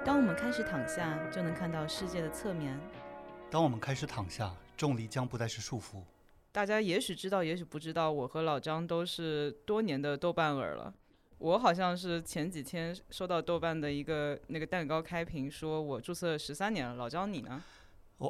当我们开始躺下，就能看到世界的侧面。 当我们开始躺下，重力将不再是束缚。 大家也许知道，也许不知道，我和老张都是多年的豆瓣耳了。我好像是前几天收到豆瓣的一个那个蛋糕开屏，说我注册13年了。老张你呢？ 我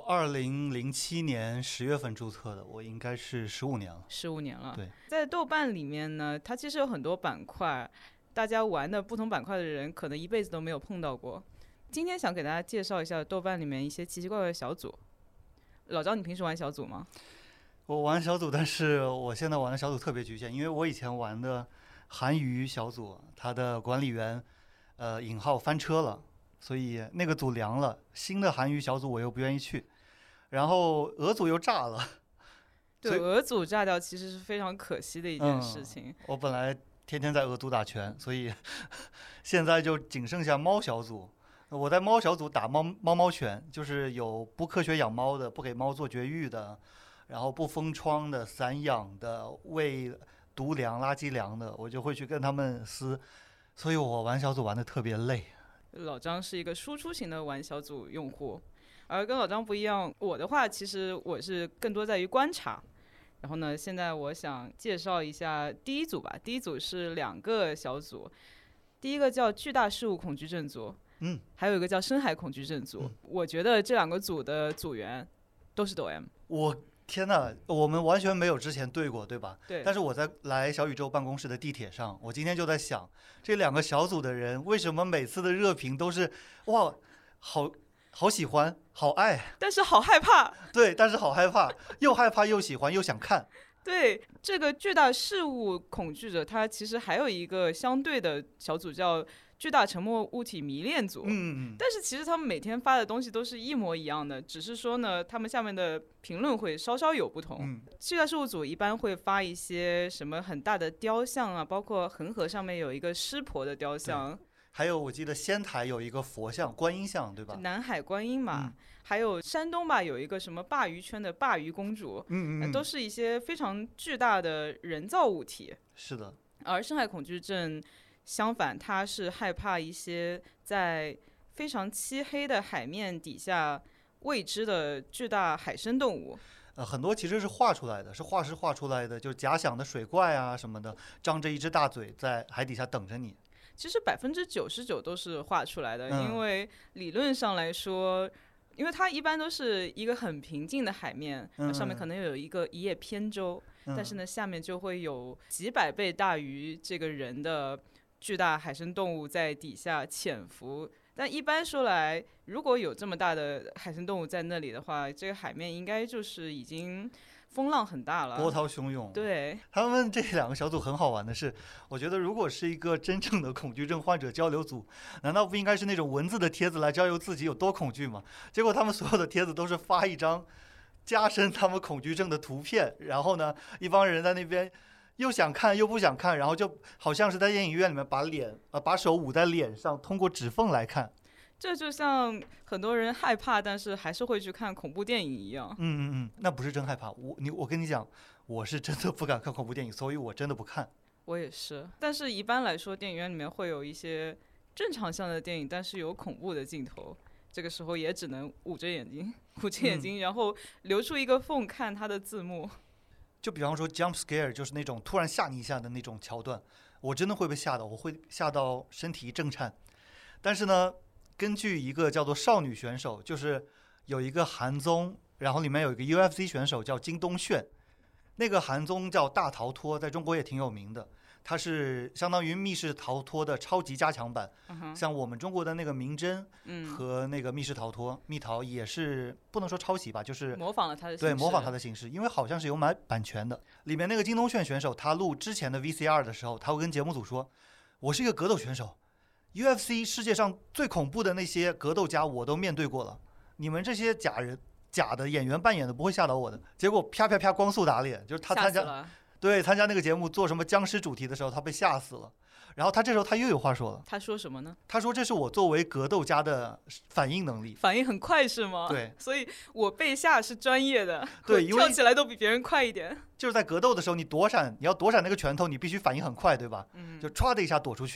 2007年10月份注册的，我应该是15年了。 15年了。 对， 在豆瓣里面呢，它其实有很多板块，大家玩的不同板块的人可能一辈子都没有碰到过。今天想给大家介绍一下豆瓣里面一些奇奇怪怪的小组。老张，你平时玩小组吗？ 我玩小组，但是我现在玩的小组特别局限，因为我以前玩的韩娱小组，它的管理员引号翻车了，所以那个组凉了。新的韩娱小组我又不愿意去，然后俄组又炸了。 对，俄组炸掉其实是非常可惜的一件事情。 我本来天天在俄组打拳，所以现在就仅剩下猫小组。我在猫小组打猫拳，就是有不科学养猫的，不给猫做绝育的，然后不封窗的、散养的、喂毒粮、垃圾粮的，我就会去跟他们撕，所以我玩小组玩的特别累。 老张是一个输出型的玩小组用户，而跟老张不一样，我的话其实我是更多在于观察。然后呢，现在我想介绍一下第一组吧。第一组是2个小组，第一个叫巨大事物恐惧症组，还有一个叫深海恐惧症组。我觉得这2个组的组员都是抖 M。 我天哪，我们完全没有之前对过，对吧？ 对。 但是我在来小宇宙办公室的地铁上，我今天就在想，这2个小组的人为什么每次的热评都是哇，好喜欢，好爱， 但是好害怕。 对，但是好害怕，又害怕又喜欢又想看。 对，这个巨大事物恐惧者，他其实还有一个相对的小组叫巨大沉默物体迷恋组。但是其实他们每天发的东西都是一模一样的，只是说呢，他们下面的评论会稍稍有不同。巨大事物组一般会发一些什么很大的雕像啊，包括恒河上面有一个湿婆的雕像。 还有我记得仙台有一个佛像，观音像，对吧？ 南海观音嘛。还有山东吧，有一个什么鲅鱼圈的鲅鱼公主。都是一些非常巨大的人造物体。 是的。 而深海恐惧症相反，它是害怕一些在非常漆黑的海面底下未知的巨大海生动物。 很多其实是画出来的，是画师画出来的，就是假想的水怪啊什么的，张着一只大嘴在海底下等着你。 其实99%都是画出来的，因为理论上来说，因为它一般都是一个很平静的海面，上面可能有一叶扁舟，但是呢，下面就会有几百倍大于这个人的巨大海生动物在底下潜伏。但一般说来，如果有这么大的海生动物在那里的话，这个海面应该就是已经风浪很大了， 波涛汹涌。 对， 他们这2个小组很好玩的是，我觉得如果是一个真正的恐惧症患者交流组，难道不应该是那种文字的帖子来交流自己有多恐惧吗？结果他们所有的帖子都是发一张加深他们恐惧症的图片，然后呢，一帮人在那边又想看又不想看，然后就好像是在电影院里面把手捂在脸上，通过指缝来看。 这就像很多人害怕但是还是会去看恐怖电影一样。 那不是真害怕，我跟你讲，我是真的不敢看恐怖电影，所以我真的不看。 我也是，但是一般来说电影院里面会有一些正常向的电影，但是有恐怖的镜头，这个时候也只能捂着眼睛，然后留出一个缝看它的字幕。 就比方说 jump scare， 就是那种突然吓你一下的那种桥段，我真的会被吓到，我会吓到身体一震颤。但是呢，根据一个叫做少女选手，就是有一个韩综，然后里面有一个 UFC 选手叫金东炫，那个韩综叫大逃脱，在中国也挺有名的，它是相当于密室逃脱的超级加强版。像我们中国的那个名侦和那个密室逃脱密逃也是不能说抄袭吧，就是模仿了它的形式。 对，模仿它的形式，因为好像是有买版权的。里面那个金东炫选手，他录之前的 VCR 的时候，他会跟节目组说，我是一个格斗选手， UFC 世界上最恐怖的那些格斗家我都面对过了，你们这些假的演员扮演的不会吓到我的。结果啪啪啪光速打脸，就是他参加那个节目做什么僵尸主题的时候，他被吓死了。然后他这时候他又有话说了， 他说什么呢？ 他说这是我作为格斗家的反应能力。 反应很快是吗？ 对， 所以我被吓是专业的， 对，因为跳起来都比别人快一点。 就是在格斗的时候，你要躲闪那个拳头，你必须反应很快，对吧？就歘的一下躲出去。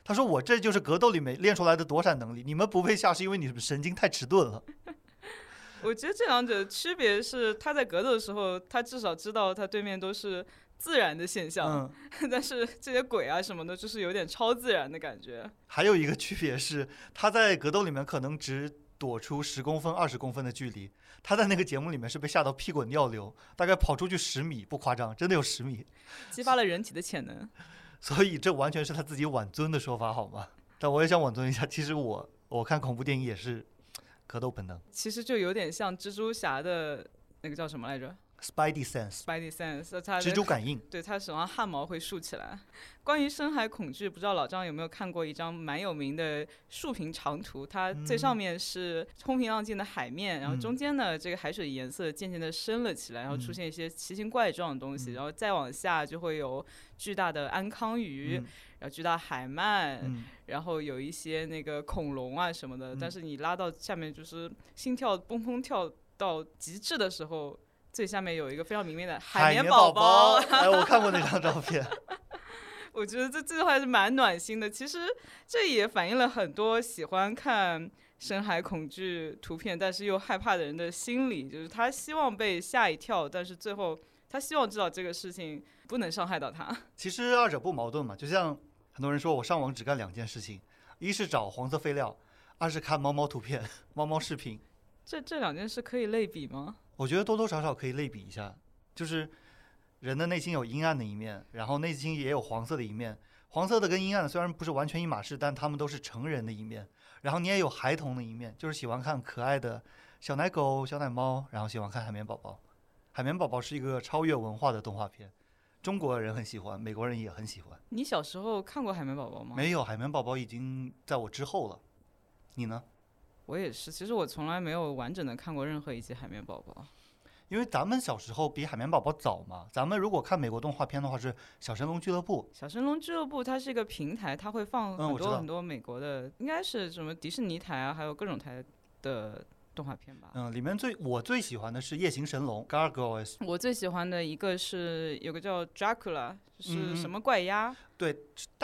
他说我这就是格斗里面练出来的躲闪能力，你们不被吓是因为你们神经太迟钝了。 我觉得这两者区别是，他在格斗的时候，他至少知道他对面都是自然的现象，但是这些鬼啊什么的，就是有点超自然的感觉。 还有一个区别是，他在格斗里面可能只躲出10公分、20公分的距离，他在那个节目里面是被吓到屁滚尿流，大概跑出去10米，不夸张，真的有10米， 激发了人体的潜能。 所以这完全是他自己挽尊的说法，好吗？但我也想挽尊一下，其实我看恐怖电影也是格斗本能。 其实就有点像蜘蛛侠的那个叫什么来着 Spidey sense， 他蜘蛛感应， 对，他手上汗毛会竖起来。关于深海恐惧，不知道老张有没有看过一张蛮有名的竖屏长图，它最上面是风平浪静的海面，然后中间呢这个海水颜色渐渐的深了起来，然后出现一些奇形怪状的东西，然后再往下就会有巨大的安康鱼，然后巨大海鳗，然后有一些那个恐龙啊什么的，但是你拉到下面就是心跳砰砰跳到极致的时候，最下面有一个非常明媚的海绵宝宝。 哎，我看过那张照片。 我觉得这句话还是蛮暖心的。其实这也反映了很多喜欢看深海恐惧图片但是又害怕的人的心理，就是他希望被吓一跳，但是最后他希望知道这个事情不能伤害到他。 其实二者不矛盾嘛，就像很多人说我上网只干2件事情，一是找黄色废料，二是看猫猫图片、猫猫视频。 这2件事可以类比吗？ 我觉得多多少少可以类比一下，就是人的内心有阴暗的一面，然后内心也有黄色的一面。黄色的跟阴暗的虽然不是完全一码事，但他们都是成人的一面。然后你也有孩童的一面，就是喜欢看可爱的小奶狗、小奶猫，然后喜欢看海绵宝宝。海绵宝宝是一个超越文化的动画片，中国人很喜欢，美国人也很喜欢。 你小时候看过海绵宝宝吗？ 没有，海绵宝宝已经在我之后了。你呢？ 我也是，其实我从来没有完整的看过任何一集海绵宝宝。 因为咱们小时候比海绵宝宝早嘛，咱们如果看美国动画片的话是小神龙俱乐部。 小神龙俱乐部它是一个平台，它会放很多很多美国的，应该是什么迪士尼台啊，还有各种台的动画片吧。 里面我最喜欢的是夜行神龙 Gargoyles。 我最喜欢的一个是有个叫 Dracula， 是什么怪鸭？ 对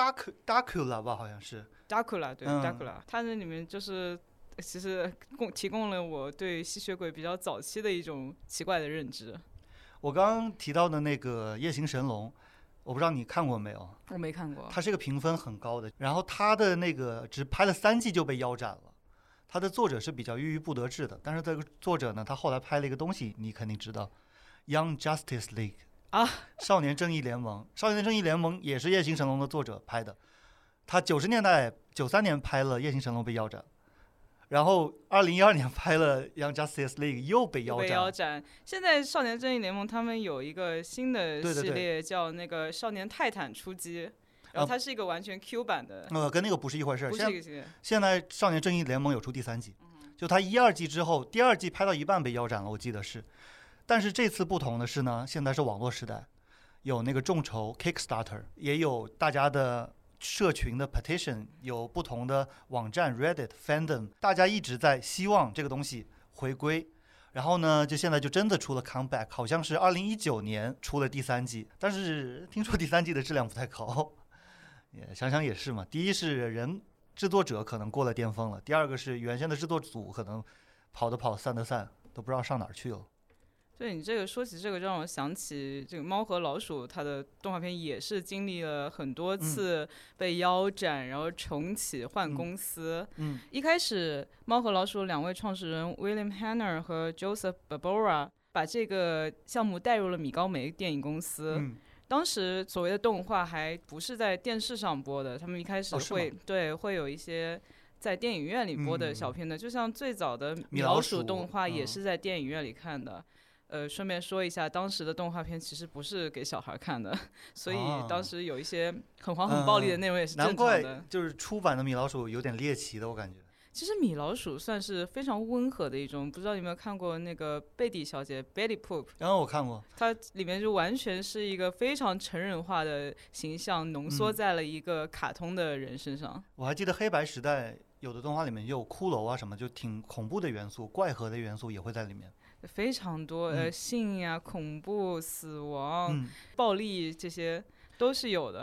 Dracula 吧，好像是 Dracula， 对，Dracula， 它那里面就是其实提供了我对吸血鬼比较早期的一种奇怪的认知。 我刚刚提到的那个夜行神龙，我不知道你看过没有？ 我没看过。 它是一个评分很高的，然后它的那个只拍了3季就被腰斩了。它的作者是比较郁郁不得志的，但是这个作者呢，他后来拍了一个东西，你肯定知道 ，Young Justice League 啊， 少年正义联盟。少年正义联盟也是夜行神龙的作者拍的，他90年代93年拍了夜行神龙被腰斩。然后2012年拍了《Young Justice League》又被腰斩。 现在少年正义联盟他们有一个新的系列， 对叫那个少年泰坦出击，然后它是一个完全 Q 版的。 跟那个不是一回事。 不是一个系列。 现在少年正义联盟有出第3季，就他1、2季之后，第2季拍到一半被腰斩了，我记得是。但是这次不同的是呢，现在是网络时代，有那个众筹 Kickstarter， 也有大家的社群的 petition， 有不同的网站 Reddit fandom， 大家一直在希望这个东西回归。然后呢，就现在就真的出了 comeback， 好像是2019年出了第3季，但是听说第3季的质量不太高。想想也是嘛，第一是制作者可能过了巅峰了，第二个是原先的制作组可能跑的跑散的散，都不知道上哪儿去了。 对，你这个说起这个，让我想起这个《猫和老鼠》，它的动画片也是经历了很多次被腰斩，然后重启换公司。一开始《猫和老鼠》2位创始人 William Hanna 和 Joseph Barbora 把这个项目带入了米高梅电影公司。当时所谓的动画还不是在电视上播的，他们一开始会有一些在电影院里播的小片的，就像最早的米老鼠动画也是在电影院里看的。顺便说一下，当时的动画片其实不是给小孩看的，所以当时有一些很黄很暴力的内容也是正常的。 难怪就是出版的米老鼠有点猎奇的，我感觉。 其实米老鼠算是非常温和的一种，不知道你有没有看过那个贝蒂小姐 Betty Boop？ 然后我看过， 它里面就完全是一个非常成人化的形象，浓缩在了一个卡通的人身上。 我还记得黑白时代有的动画里面也有骷髅啊什么，就挺恐怖的元素，怪核的元素也会在里面。 非常多，性呀、恐怖、死亡、暴力这些都是有的。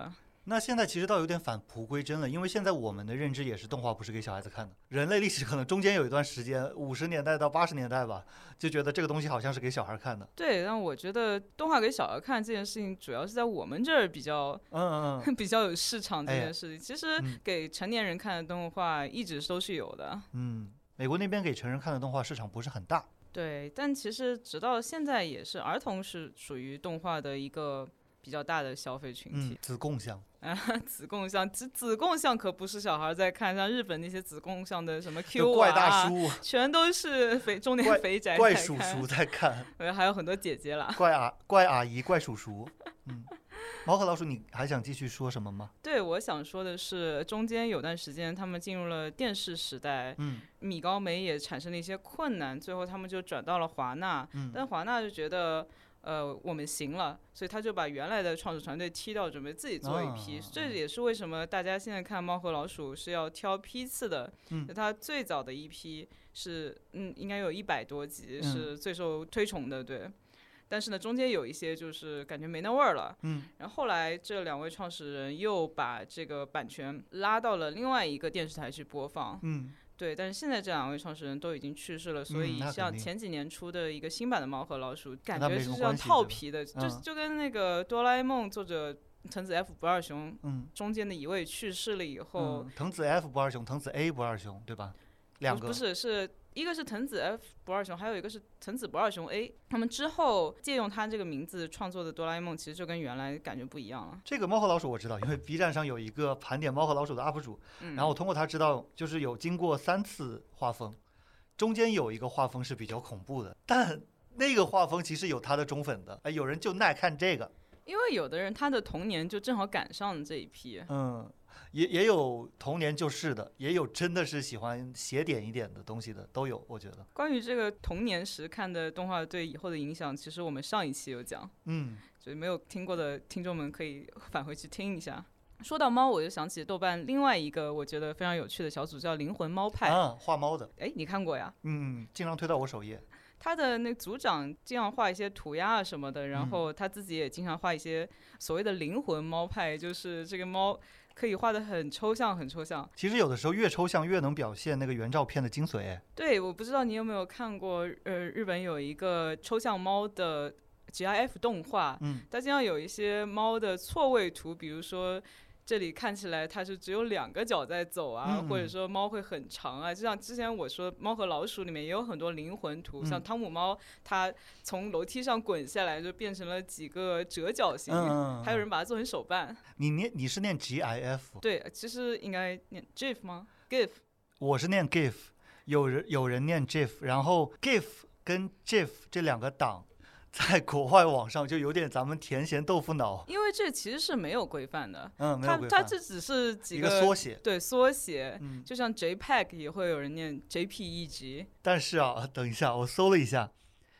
那现在其实倒有点返璞归真了，因为现在我们的认知也是动画不是给小孩子看的。人类历史可能中间有一段时间，50年代到80年代吧，就觉得这个东西好像是给小孩看的。 对，但我觉得动画给小孩看这件事情，主要是在我们这儿比较比较有市场这件事情。其实给成年人看的动画一直都是有的。 美国那边给成人看的动画市场不是很大。 对，但其实直到现在也是儿童是属于动画的一个比较大的消费群体。 子贡像子贡像，子贡像可不是小孩在看，像日本那些子贡像的什么 Q 怪大叔， 全都是中年肥宅怪叔叔在看， 还有很多姐姐啦， 怪阿姨、怪叔叔。猫和老鼠，你还想继续说什么吗？ 对，我想说的是，中间有段时间他们进入了电视时代，米高梅也产生了一些困难，最后他们就转到了华纳，但华纳就觉得我们行了，所以他就把原来的创始团队踢掉，准备自己做一批。这也是为什么大家现在看《猫和老鼠》是要挑批次的。它最早的一批是应该有100多集，是最受推崇的，对。但是呢，中间有一些就是感觉没那味儿了。然后后来这2位创始人又把这个版权拉到了另外一个电视台去播放。对，但是现在这2位创始人都已经去世了，所以像前几年出的一个新版的《猫和老鼠》，感觉是像套皮的，就跟那个哆啦 A 梦作者藤子 F 不二雄，中间的一位去世了以后， 藤子 F 不二雄，藤子 A 不二雄，对吧？2个不是，是一个是藤子 F 不二雄，还有一个是藤子不二雄 A。他们之后借用他这个名字创作的哆啦 A 梦，其实就跟原来感觉不一样了。 这个猫和老鼠我知道，因为 B 站上有一个盘点猫和老鼠的 UP 主，然后我通过他知道，就是有经过3次画风，中间有一个画风是比较恐怖的，但那个画风其实有他的忠粉的，有人就耐看这个。 因为有的人他的童年就正好赶上这一批。 也有童年就是的，也有真的是喜欢写点一点的东西的，都有。我觉得关于这个童年时看的动画对以后的影响，其实我们上一期有讲，所以没有听过的听众们可以返回去听一下。说到猫，我就想起豆瓣另外一个我觉得非常有趣的小组叫灵魂猫派， 画猫的。 你看过呀？ 经常推到我首页。 他的那组长经常画一些涂鸦啊什么的，然后他自己也经常画一些所谓的灵魂猫派，就是这个猫可以画得很抽象很抽象。 其实有的时候越抽象越能表现那个原照片的精髓。 对，我不知道你有没有看过日本有一个抽象猫的 GIF 动画，它经常有一些猫的错位图，比如说这里看起来它是只有2个脚在走啊，或者说猫会很长啊，就像之前我说猫和老鼠里面也有很多灵魂图，像汤姆猫它从楼梯上滚下来就变成了几个折角形，还有人把它做成手办。 你是念 GIF？ 对，其实应该念 GIF 吗？ GIF。 我是念 GIF， 有人念 GIF， 然后 GIF 跟 GIF 这2个档在国外网上就有点咱们甜咸豆腐脑， 因为这其实是没有规范的。 没有规范， 它这只是几个缩写， 对，缩写。就像 JPEG 也会有人念 JPEG。 但是等一下，我搜了一下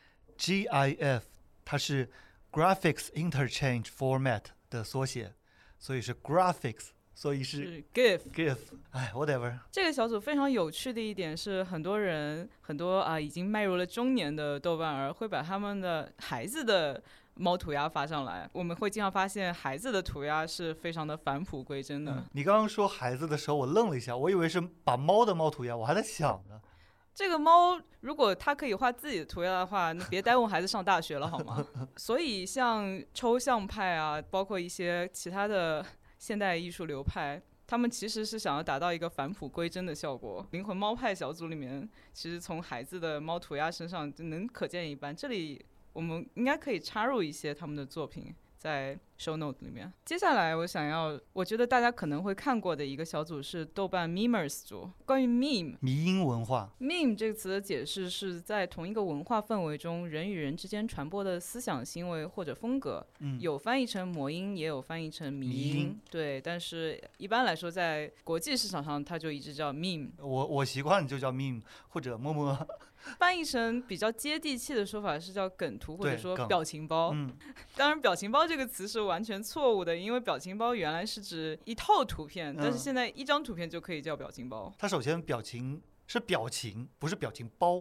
GIF 它是 Graphics Interchange Format 的缩写，所以是 Graphics， 所以是 GIF。 whatever。 这个小组非常有趣的一点是，很多已经迈入了中年的豆瓣儿会把他们的孩子的猫涂鸦发上来，我们会经常发现孩子的涂鸦是非常的返璞归真的。 你刚刚说孩子的时候我愣了一下，我以为是把猫的猫涂鸦，我还在想呢， 这个猫如果它可以画自己的涂鸦的话，那别耽误孩子上大学了好吗？所以像抽象派啊，包括一些其他的现代艺术流派，他们其实是想要达到一个返璞归真的效果。灵魂猫派小组里面其实从孩子的猫涂鸦身上就能可见一斑，这里我们应该可以插入一些他们的作品在 show note 里面。接下来我觉得大家可能会看过的一个小组是豆瓣 memers 组。关于 meme 迷因文化， meme 这个词的解释是在同一个文化氛围中人与人之间传播的思想行为或者风格，有翻译成魔音也有翻译成迷音，对，但是一般来说在国际市场上它就一直叫 meme。 我习惯就叫 meme 或者么么。 翻译成比较接地气的说法是叫梗图或者说表情包。当然表情包这个词是完全错误的，因为表情包原来是指一套图片，但是现在一张图片就可以叫表情包。 它首先表情是表情，不是表情包，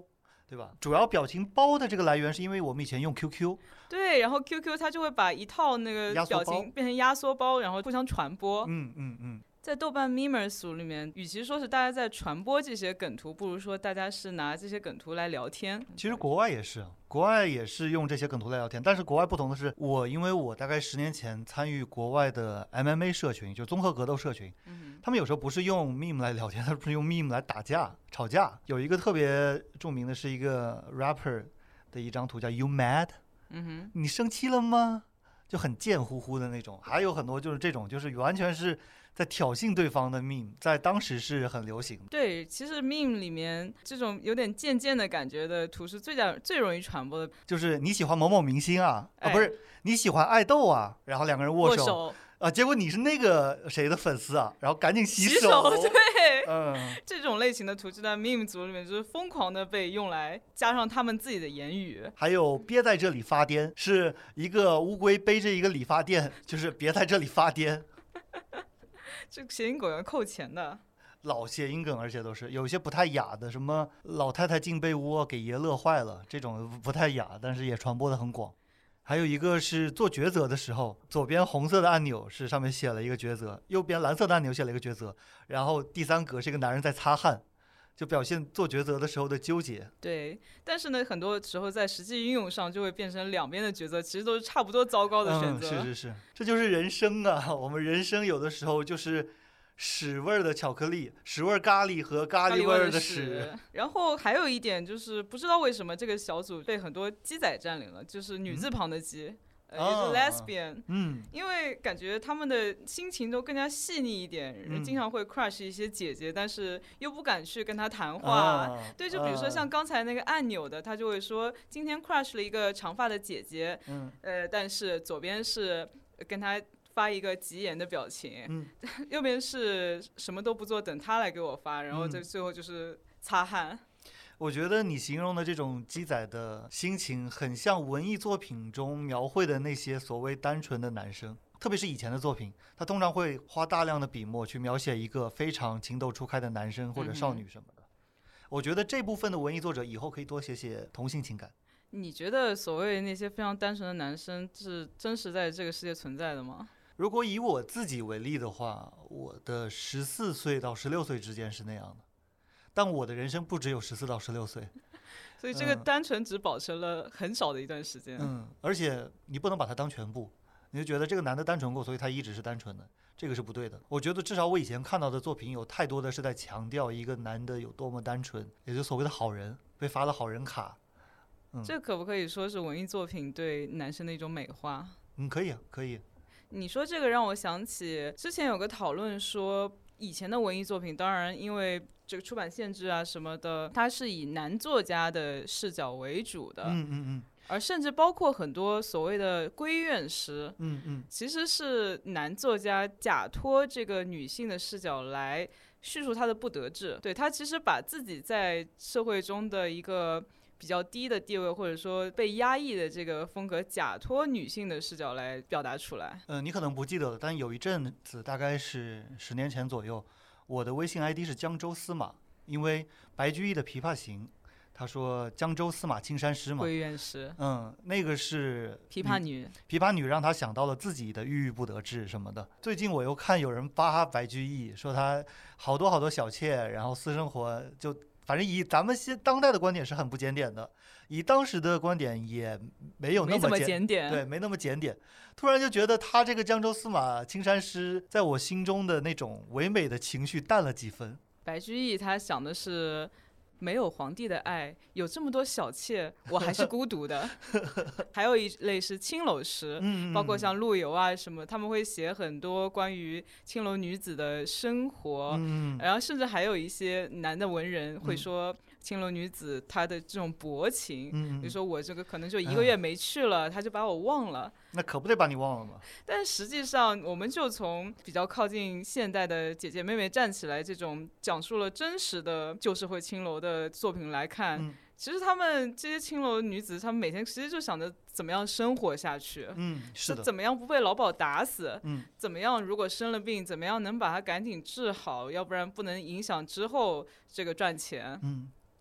对吧？主要表情包的这个来源是因为我们以前用 QQ， 对，然后 QQ 它就会把一套那个表情变成压缩包，然后互相传播。在豆瓣 Memers 组里面，与其说是大家在传播这些梗图，不如说大家是拿这些梗图来聊天。 其实国外也是用这些梗图来聊天，但是国外不同的是，因为我大概10年前参与国外的 MMA 社群，就综合格斗社群，他们有时候不是用 meme 来聊天，他们是用 meme 来打架吵架。有一个特别著名的是一个 rapper 的一张图叫 You Mad， 你生气了吗？就很贱乎乎的那种。还有很多就是这种，就是完全是在挑衅对方的 meme， 在当时是很流行的。 对，其实 meme 里面这种有点贱贱的感觉的图是最容易传播的。 就是你喜欢某某明星啊，不是你喜欢爱豆啊，然后两个人握手啊，结果你是那个谁的粉丝啊，然后赶紧洗手。 对，这种类型的图就在 meme 组里面就是疯狂的被用来加上他们自己的言语。 还有憋在这里发癫，是一个乌龟背着一个理发店，就是别在这里发癫。 这个谐音梗要扣钱的， 老谐音梗，而且都是有一些不太雅的，什么老太太进被窝给爷乐坏了，这种不太雅，但是也传播的很广。还有一个是做抉择的时候，左边红色的按钮是上面写了一个抉择，右边蓝色的按钮写了一个抉择，然后第3格是一个男人在擦汗，就表现做抉择的时候的纠结。 对，但是呢，很多时候在实际应用上就会变成两边的抉择，其实都是差不多糟糕的选择。 是，这就是人生啊！我们人生有的时候就是屎味的巧克力，屎味咖喱和咖喱味的屎。 然后还有一点就是，不知道为什么这个小组被很多鸡仔占领了，就是女字旁的鸡。也是 lesbian，因为感觉他们的心情都更加细腻一点，人经常会 crush 一些姐姐，但是又不敢去跟她谈话。对，就比如说像刚才那个按钮的，他就会说今天 crush 了一个长发的姐姐，但是左边是跟他发一个急眼的表情，右边是什么都不做，等他来给我发，然后最后就是擦汗。 我觉得你形容的这种鸡仔的心情很像文艺作品中描绘的那些所谓单纯的男生，特别是以前的作品，他通常会花大量的笔墨去描写一个非常情窦初开的男生或者少女什么的。我觉得这部分的文艺作者以后可以多写写同性情感。 你觉得所谓那些非常单纯的男生是真实在这个世界存在的吗？ 如果以我自己为例的话，我的14岁到16岁之间是那样的，但我的人生不只有14到16岁， 所以这个单纯只保持了很少的一段时间。 而且你不能把它当全部，你就觉得这个男的单纯过，所以他一直是单纯的，这个是不对的。我觉得至少我以前看到的作品有太多的是在强调一个男的有多么单纯，也就是所谓的好人，被发了好人卡。 这可不可以说是文艺作品对男生的一种美化？ 可以啊，可以。 你说这个让我想起之前有个讨论说，以前的文艺作品当然因为这个出版限制啊什么的，它是以男作家的视角为主的，而甚至包括很多所谓的闺怨诗，其实是男作家假托这个女性的视角来叙述他的不得志，对，他其实把自己在社会中的一个比较低的地位，或者说被压抑的这个风格，假托女性的视角来表达出来。 你可能不记得了，但有一阵子大概是10年前左右，我的微信 ID 是江州司马，因为白居易的《琵琶行》，他说江州司马青衫湿嘛， 闺怨诗， 那个是琵琶女， 琵琶女让他想到了自己的郁郁不得志什么的。最近我又看有人扒白居易，说他好多小妾，然后私生活就。反正以咱们当代的观点是很不检点的，以当时的观点也没有那么检点， 对，没那么检点。突然就觉得他这个江州司马青衫湿，在我心中的那种唯美的情绪淡了几分。 白居易他想的是，没有皇帝的爱，有这么多小妾，我还是孤独的。还有一类是青楼诗，包括像陆游啊什么，他们会写很多关于青楼女子的生活，然后甚至还有一些男的文人会说青楼女子她的这种薄情，比如说我这个可能就1个月没去了，他就把我忘了。 那可不得把你忘了吗？ 但实际上我们就从比较靠近现代的姐姐妹妹站起来这种讲述了真实的旧社会青楼的作品来看，其实他们这些青楼女子，她们每天其实就想着怎么样生活下去， 是的， 怎么样不被老鸨打死，怎么样如果生了病，怎么样能把它赶紧治好，要不然不能影响之后这个赚钱。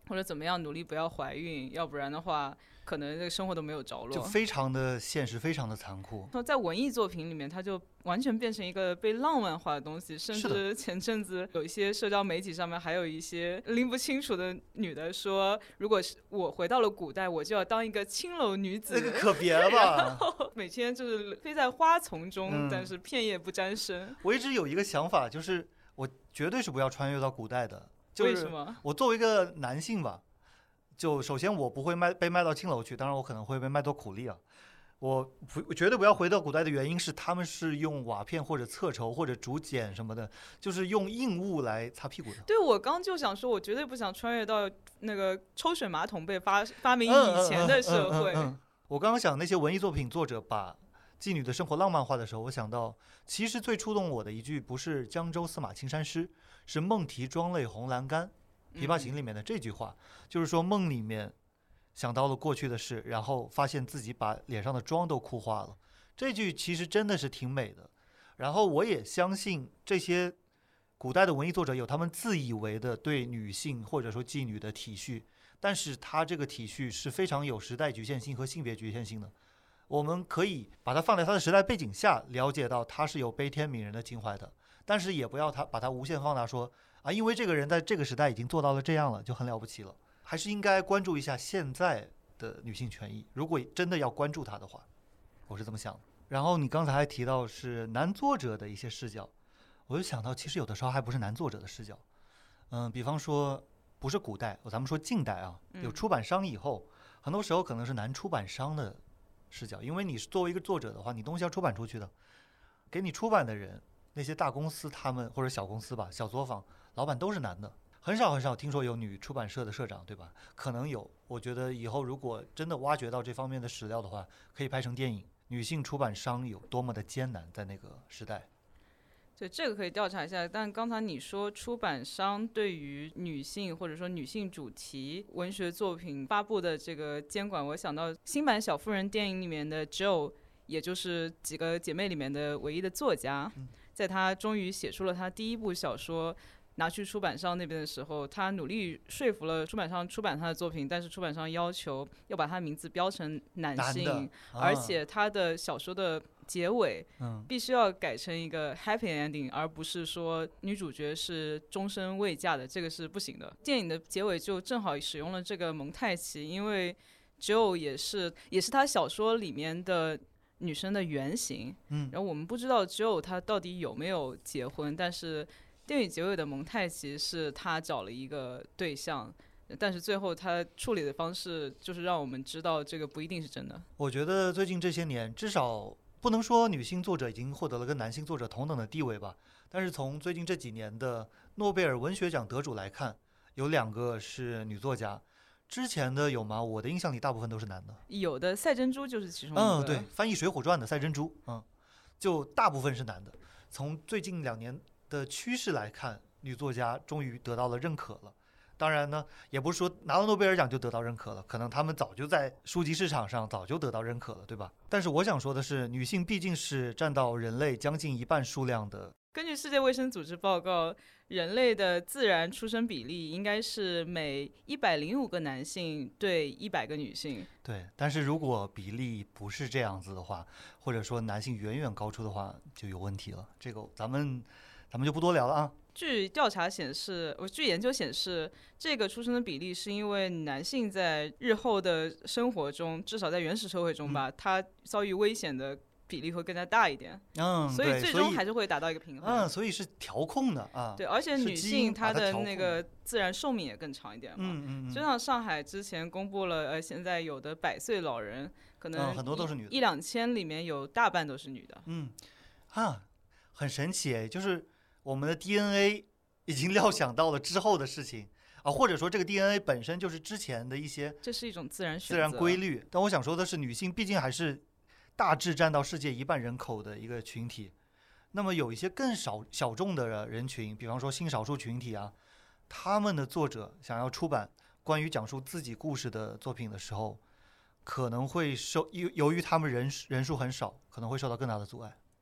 或者怎么样努力不要怀孕，要不然的话可能这个生活都没有着落， 就非常的现实，非常的残酷。 在文艺作品里面，它就完全变成一个被浪漫化的东西，甚至前阵子有一些社交媒体上面还有一些拎不清楚的女的说，如果是我回到了古代，我就要当一个青楼女子。 那个可别了吧！ 然后每天就是飞在花丛中，但是片叶不沾身。 我一直有一个想法，就是我绝对是不要穿越到古代的。就是、 为什么？ 我作为一个男性吧，就首先我不会被卖到青楼去，当然我可能会被卖到苦力啊。我绝对不要回到古代的原因是，他们是用瓦片或者侧绸或者竹简什么的，就是用硬物来擦屁股的。 对，我刚就想说，我绝对不想穿越到那个抽水马桶被发明以前的社会。 我刚刚想那些文艺作品作者把妓女的生活浪漫化的时候，我想到其实最触动我的一句不是江州司马青衫诗，是梦啼妆泪红阑干《琵琶行》里面的这句话，就是说梦里面想到了过去的事，然后发现自己把脸上的妆都哭花了。这句其实真的是挺美的。然后我也相信这些古代的文艺作者有他们自以为的对女性或者说妓女的体恤，但是他这个体恤是非常有时代局限性和性别局限性的。我们可以把它放在他的时代背景下，了解到他是有悲天悯人的情怀的，但是也不要把它无限放大说啊，因为这个人在这个时代已经做到了这样了，就很了不起了。还是应该关注一下现在的女性权益，如果真的要关注她的话，我是这么想的。然后你刚才还提到是男作者的一些视角，我就想到其实有的时候还不是男作者的视角，比方说不是古代，咱们说近代啊，有出版商以后，很多时候可能是男出版商的视角，因为你是作为一个作者的话，你东西要出版出去的，给你出版的人，那些大公司他们或者小公司吧，小作坊老板都是男的。很少听说有女出版社的社长，对吧？可能有，我觉得以后如果真的挖掘到这方面的史料的话，可以拍成电影。女性出版商有多么的艰难，在那个时代。 对，这个可以调查一下。但刚才你说出版商对于女性或者说女性主题文学作品发布的这个监管，我想到新版《小妇人》电影里面的 Jo， 也就是几个姐妹里面的唯一的作家，在她终于写出了她第一部小说拿去出版商那边的时候，他努力说服了出版商出版他的作品，但是出版商要求要把他名字标成男性，而且他的小说的结尾必须要改成一个 happy ending，而不是说女主角是终身未嫁的，这个是不行的。电影的结尾就正好使用了这个蒙太奇，因为 Jo 也是他小说里面的女生的原型，然后我们不知道 Jo 她到底有没有结婚，但是电影结尾的蒙太奇是他找了一个对象，但是最后他处理的方式就是让我们知道这个不一定是真的。 我觉得最近这些年，至少不能说女性作者已经获得了跟男性作者同等的地位吧，但是从最近这几年的诺贝尔文学奖得主来看，有2个是女作家。之前的有吗？我的印象里大部分都是男的。 有的赛珍珠就是其中一个。 对，翻译《水浒传》的赛珍珠，就大部分是男的。从最近2年的趋势来看，女作家终于得到了认可了。当然呢，也不是说拿了诺贝尔奖就得到认可了，可能他们早就在书籍市场上早就得到认可了，对吧？但是我想说的是，女性毕竟是占到人类将近1半数量的。 根据世界卫生组织报告，人类的自然出生比例应该是每105个男性对100个女性。 对，但是如果比例不是这样子的话，或者说男性远远高出的话，就有问题了。这个咱们就不多聊了啊。 据调查显示，据研究显示，这个出生的比例是因为男性在日后的生活中，至少在原始社会中吧，他遭遇危险的比例会更加大一点。所以最终还是会达到一个平衡。 所以是调控的啊。 对，而且女性她的那个自然寿命也更长一点嘛。就像上海之前公布了，现在有的100岁老人，可能很多都是女的 ，1-2千里面有大半都是女的。 很神奇，就是我们的 DNA 已经料想到了之后的事情啊，或者说这个 DNA 本身就是之前的一些， 这是一种自然规律。但我想说的是，女性毕竟还是大致占到世界1半人口的一个群体。那么有一些更小众的人群，比方说性少数群体啊，他们的作者想要出版关于讲述自己故事的作品的时候，可能会由于他们人数很少，可能会受到更大的阻碍。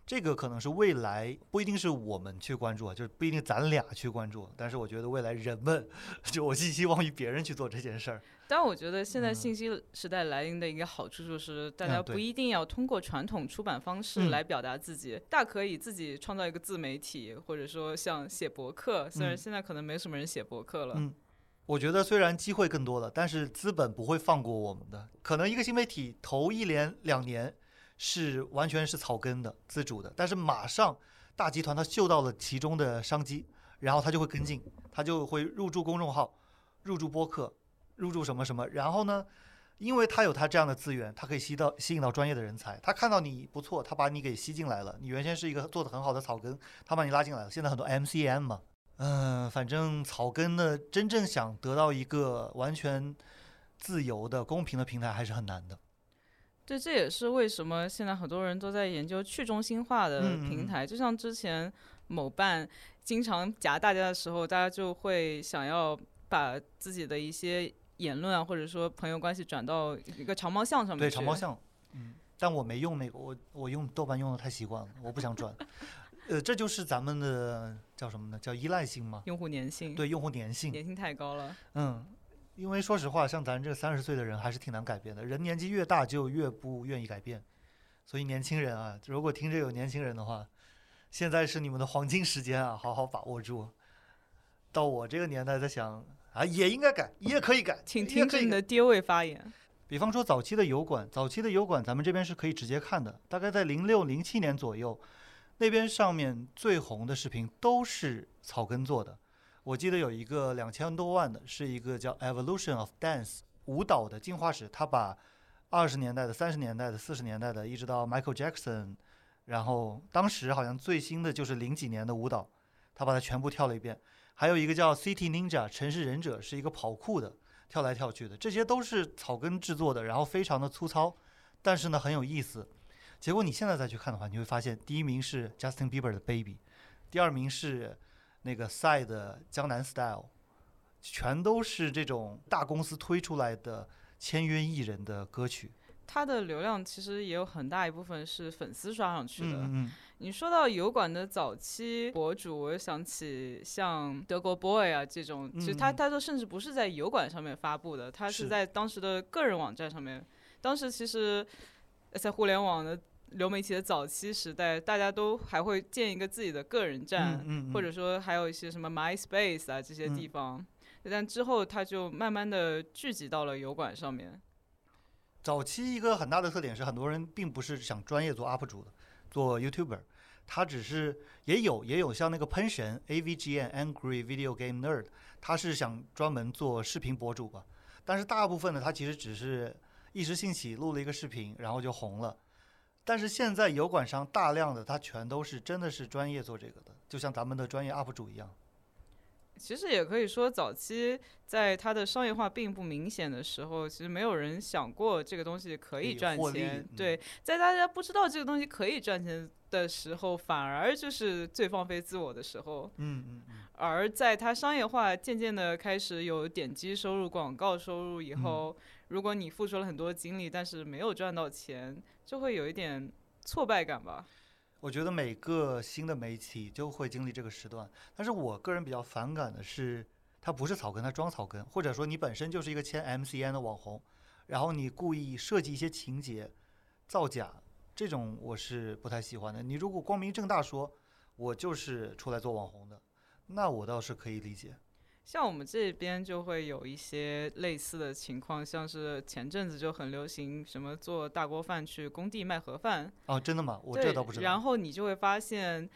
这个可能是未来不一定是我们去关注，就是不一定咱俩去关注，但是我觉得未来人们就我寄希望于别人去做这件事儿。 但我觉得现在信息时代来临的一个好处就是，大家不一定要通过传统出版方式来表达自己，大可以自己创造一个自媒体，或者说像写博客，虽然现在可能没什么人写博客了。 我觉得虽然机会更多了，但是资本不会放过我们的。可能一个新媒体头1年2年是完全是草根的自主的，但是马上大集团它嗅到了其中的商机，然后它就会跟进，它就会入驻公众号，入驻播客，入驻什么什么。然后呢，因为它有它这样的资源，它可以吸引到专业的人才，它看到你不错，它把你给吸进来了。你原先是一个做得很好的草根，它把你拉进来了。现在很多 MCN 嘛。反正草根的真正想得到一个完全自由的公平的平台还是很难的。 对，这也是为什么现在很多人都在研究去中心化的平台。就像之前某办经常夹大家的时候，大家就会想要把自己的一些言论啊，或者说朋友关系转到一个长毛象上面去。 对，长毛象。但我没用那个，我用豆瓣用的太习惯了，我不想转。这就是咱们的叫什么呢？叫依赖性吗？ 用户粘性。 对，用户粘性太高了。 因为说实话，像咱这30岁的人还是挺难改变的。人年纪越大就越不愿意改变，所以年轻人啊，如果听着有年轻人的话，现在是你们的黄金时间啊，好好把握住。到我这个年代在想啊，也应该改，也可以改， 请听着你的爹味发言。 比方说早期的油管，咱们这边是可以直接看的，大概在06、07年左右。那边上面最红的视频都是草根做的，我记得有一个2000多万的，是一个叫 Evolution of Dance 舞蹈的进化史，他把20年代的、30年代的、40年代的，一直到 Michael Jackson， 然后当时好像最新的就是00几年的舞蹈，他把它全部跳了一遍。还有一个叫 City Ninja 城市忍者，是一个跑酷的，跳来跳去的，这些都是草根制作的，然后非常的粗糙，但是呢很有意思。结果你现在再去看的话，你会发现第1名是 Justin Bieber 的 Baby， 第2名是那个 Psy 的江南 Style， 全都是这种大公司推出来的签约艺人的歌曲。 他的流量其实也有很大一部分是粉丝刷上去的。你说到油管的早期博主，我又想起像德国 boy 啊这种，其实他都甚至不是在油管上面发布的，他是在当时的个人网站上面。当时其实在互联网的流媒体的早期时代，大家都还会建一个自己的个人站，或者说还有一些什么 MySpace 啊这些地方，但之后它就慢慢的聚集到了油管上面。 早期一个很大的特点是，很多人并不是想专业做 UP 主的，做 YouTuber， 他只是也有像那个喷神 AVGN Angry Video Game Nerd， 他是想专门做视频博主吧，但是大部分呢，他其实只是一时兴起录了一个视频，然后就红了。但是现在油管上大量的，它全都是真的是专业做这个的，就像咱们的专业 UP 主一样。 其实也可以说，早期在它的商业化并不明显的时候，其实没有人想过这个东西可以赚钱。对，在大家不知道这个东西可以赚钱的时候，反而就是最放飞自我的时候。而在它商业化渐渐的开始有点击收入、广告收入以后，如果你付出了很多精力，但是没有赚到钱，就会有一点挫败感吧。 我觉得每个新的媒体就会经历这个时段，但是我个人比较反感的是，它不是草根，它装草根，或者说你本身就是一个签 MCN 的网红，然后你故意设计一些情节造假，这种我是不太喜欢的。你如果光明正大说我就是出来做网红的，那我倒是可以理解。 像我们这边就会有一些类似的情况，像是前阵子就很流行什么做大锅饭去工地卖盒饭。 哦，真的吗？我这倒不知道。 然后你会发现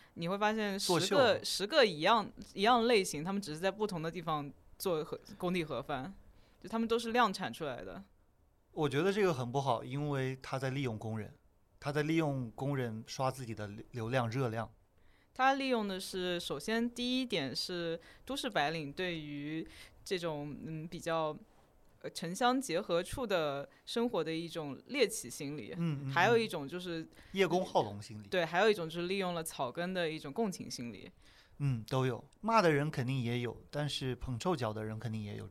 10个一样类型，他们只是在不同的地方做工地盒饭，就他们都是量产出来的。 我觉得这个很不好，因为他在利用工人，刷自己的流量热量。 他利用的是，首先第一点是都市白领对于这种比较城乡结合处的生活的一种猎奇心理，还有一种就是叶公好龙心理， 对，还有一种就是利用了草根的一种共情心理， 都有，骂的人肯定也有，但是捧臭脚的人肯定也有这种。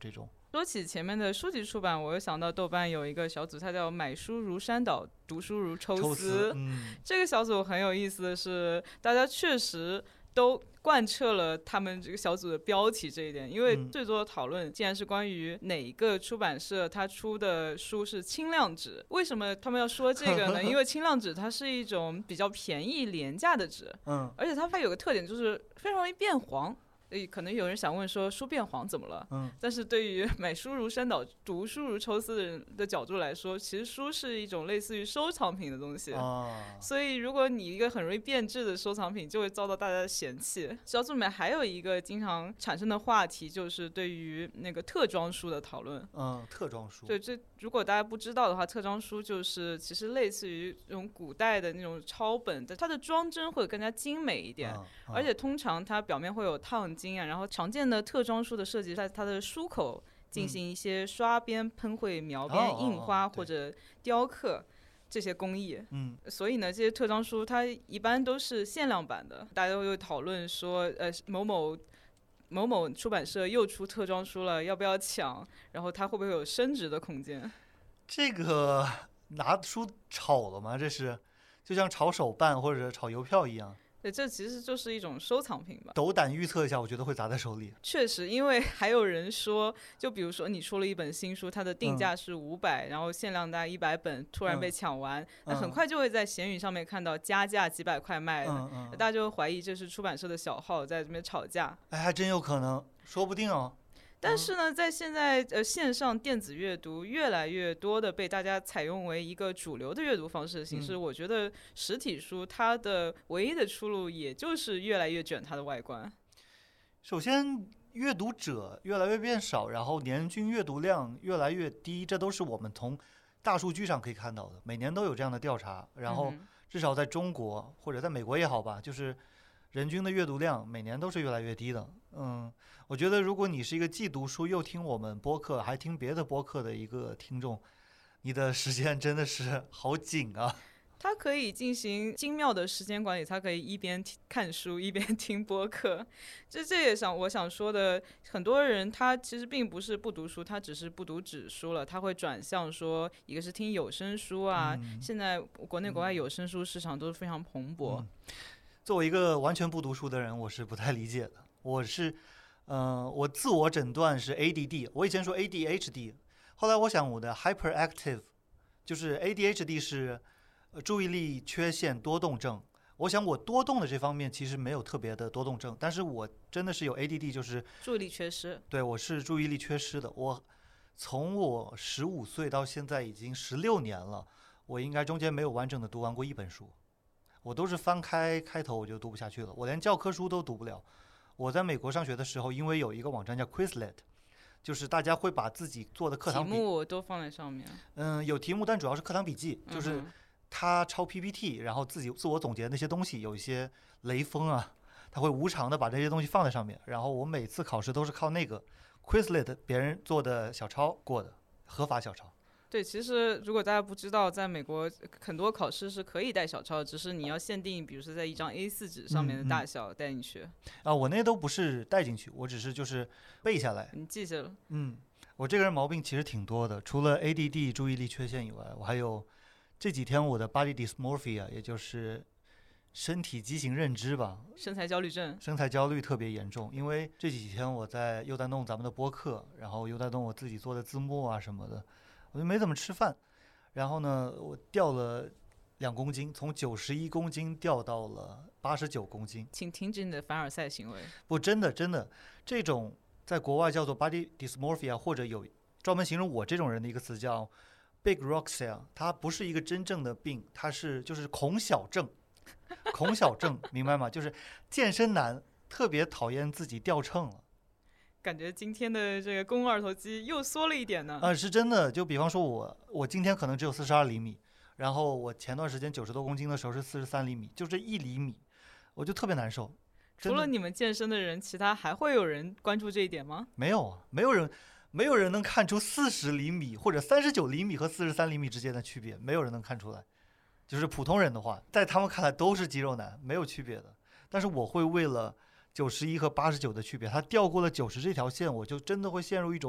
说起前面的书籍出版，我又想到豆瓣有一个小组，它叫买书如山倒，读书如抽丝。这个小组很有意思的是，大家确实都贯彻了他们这个小组的标题这一点，因为最多的讨论竟然是关于哪一个出版社它出的书是轻量纸。为什么他们要说这个呢？因为轻量纸它是一种比较便宜廉价的纸，而且它有个特点就是非常容易变黄。可能有人想问说书变黄怎么了？但是对于买书如山倒读书如抽丝的人的角度来说，其实书是一种类似于收藏品的东西，所以如果你一个很容易变质的收藏品就会遭到大家的嫌弃。小组里面还有一个经常产生的话题就是对于那个特装书的讨论。 特装书， 对，这如果大家不知道的话，特装书就是其实类似于这种古代的那种抄本，它的装帧会更加精美一点，而且通常它表面会有烫金啊，然后常见的特装书的设计在它的书口进行一些刷边、喷绘、描边、印花或者雕刻这些工艺。所以呢，这些特装书它一般都是限量版的，大家都会讨论说，某某出版社又出特装书了，要不要抢？然后它会不会有升值的空间？ 这个拿书炒了吗？这是就像炒手办或者炒邮票一样。 对，这其实就是一种收藏品吧。 斗胆预测一下，我觉得会砸在手里。 确实，因为还有人说，就比如说你出了一本新书，它的定价是500，然后限量大概100本，突然被抢完，那很快就会在闲鱼上面看到加价几百块卖的，大家就会怀疑这是出版社的小号在这边吵架。 还真有可能，说不定哦。 但是呢，在现在线上电子阅读越来越多的被大家采用为一个主流的阅读方式的形式，我觉得实体书它的唯一的出路也就是越来越卷它的外观。 首先，阅读者越来越变少，然后年均阅读量越来越低，这都是我们从大数据上可以看到的，每年都有这样的调查。然后至少在中国或者在美国也好吧，就是人均的阅读量每年都是越来越低的。我觉得如果你是一个既读书又听我们播客还听别的播客的一个听众，你的时间真的是好紧啊。 它可以进行精妙的时间管理，它可以一边看书一边听播客。这也我想说的，很多人他其实并不是不读书，他只是不读纸书了，他会转向说一个是听有声书啊。现在国内国外有声书市场都是非常蓬勃。 作为一个完全不读书的人，我是不太理解的。我自我诊断是 ADD， 我以前说 ADHD， 后来我想我的 hyperactive， 就是 ADHD 是注意力缺陷多动症。我想我多动的这方面其实没有特别的多动症，但是我真的是有 ADD， 就是注意力缺失。 对，我是注意力缺失的。我从我15岁到现在已经16年了，我应该中间没有完整的读完过一本书，我都是翻开头我就读不下去了，我连教科书都读不了。我在美国上学的时候，因为有一个网站叫 Quizlet， 就是大家会把自己做的课堂题目都放在上面。 有题目，但主要是课堂笔记，就是他抄 PPT， 然后自己自我总结那些东西，有一些雷锋啊，他会无偿的把这些东西放在上面。然后我每次考试都是靠那个 Quizlet 别人做的小抄过的，合法小抄。 对，其实如果大家不知道，在美国很多考试是可以带小抄，只是你要限定，比如说在一张 A4 纸上面的大小带进去。 我那都不是带进去，我只是就是背下来。 你记下了。 我这个人毛病其实挺多的，除了 ADD 注意力缺陷以外，我还有这几天我的 body dysmorphia， 也就是身体畸形认知吧， 身材焦虑症。 身材焦虑特别严重，因为这几天我又在弄咱们的播客，然后又在弄我自己做的字幕啊什么的，我就没怎么吃饭。然后呢，我掉了2公斤，从91公斤掉到了89公斤。 请停止你的凡尔赛行为。 不，真的，这种在国外叫做 body dysmorphia， 或者有专门形容我这种人的一个词叫 bigorexia， 它不是一个真正的病，它就是恐小症。恐小症明白吗？就是健身男特别讨厌自己掉秤了。 感觉今天的这个肱二头肌又缩了一点呢。 是真的。就比方说我今天可能只有42厘米，然后我前段时间90多公斤的时候是43厘米，就这1厘米，我就特别难受。 除了你们健身的人，其他还会有人关注这一点吗？ 没有啊，没有人能看出40厘米或者39厘米和43厘米之间的区别，没有人能看出来。就是普通人的话，在他们看来都是肌肉男，没有区别的。但是我会为了91和89的区别，他掉过了90这条线，我就真的会陷入一种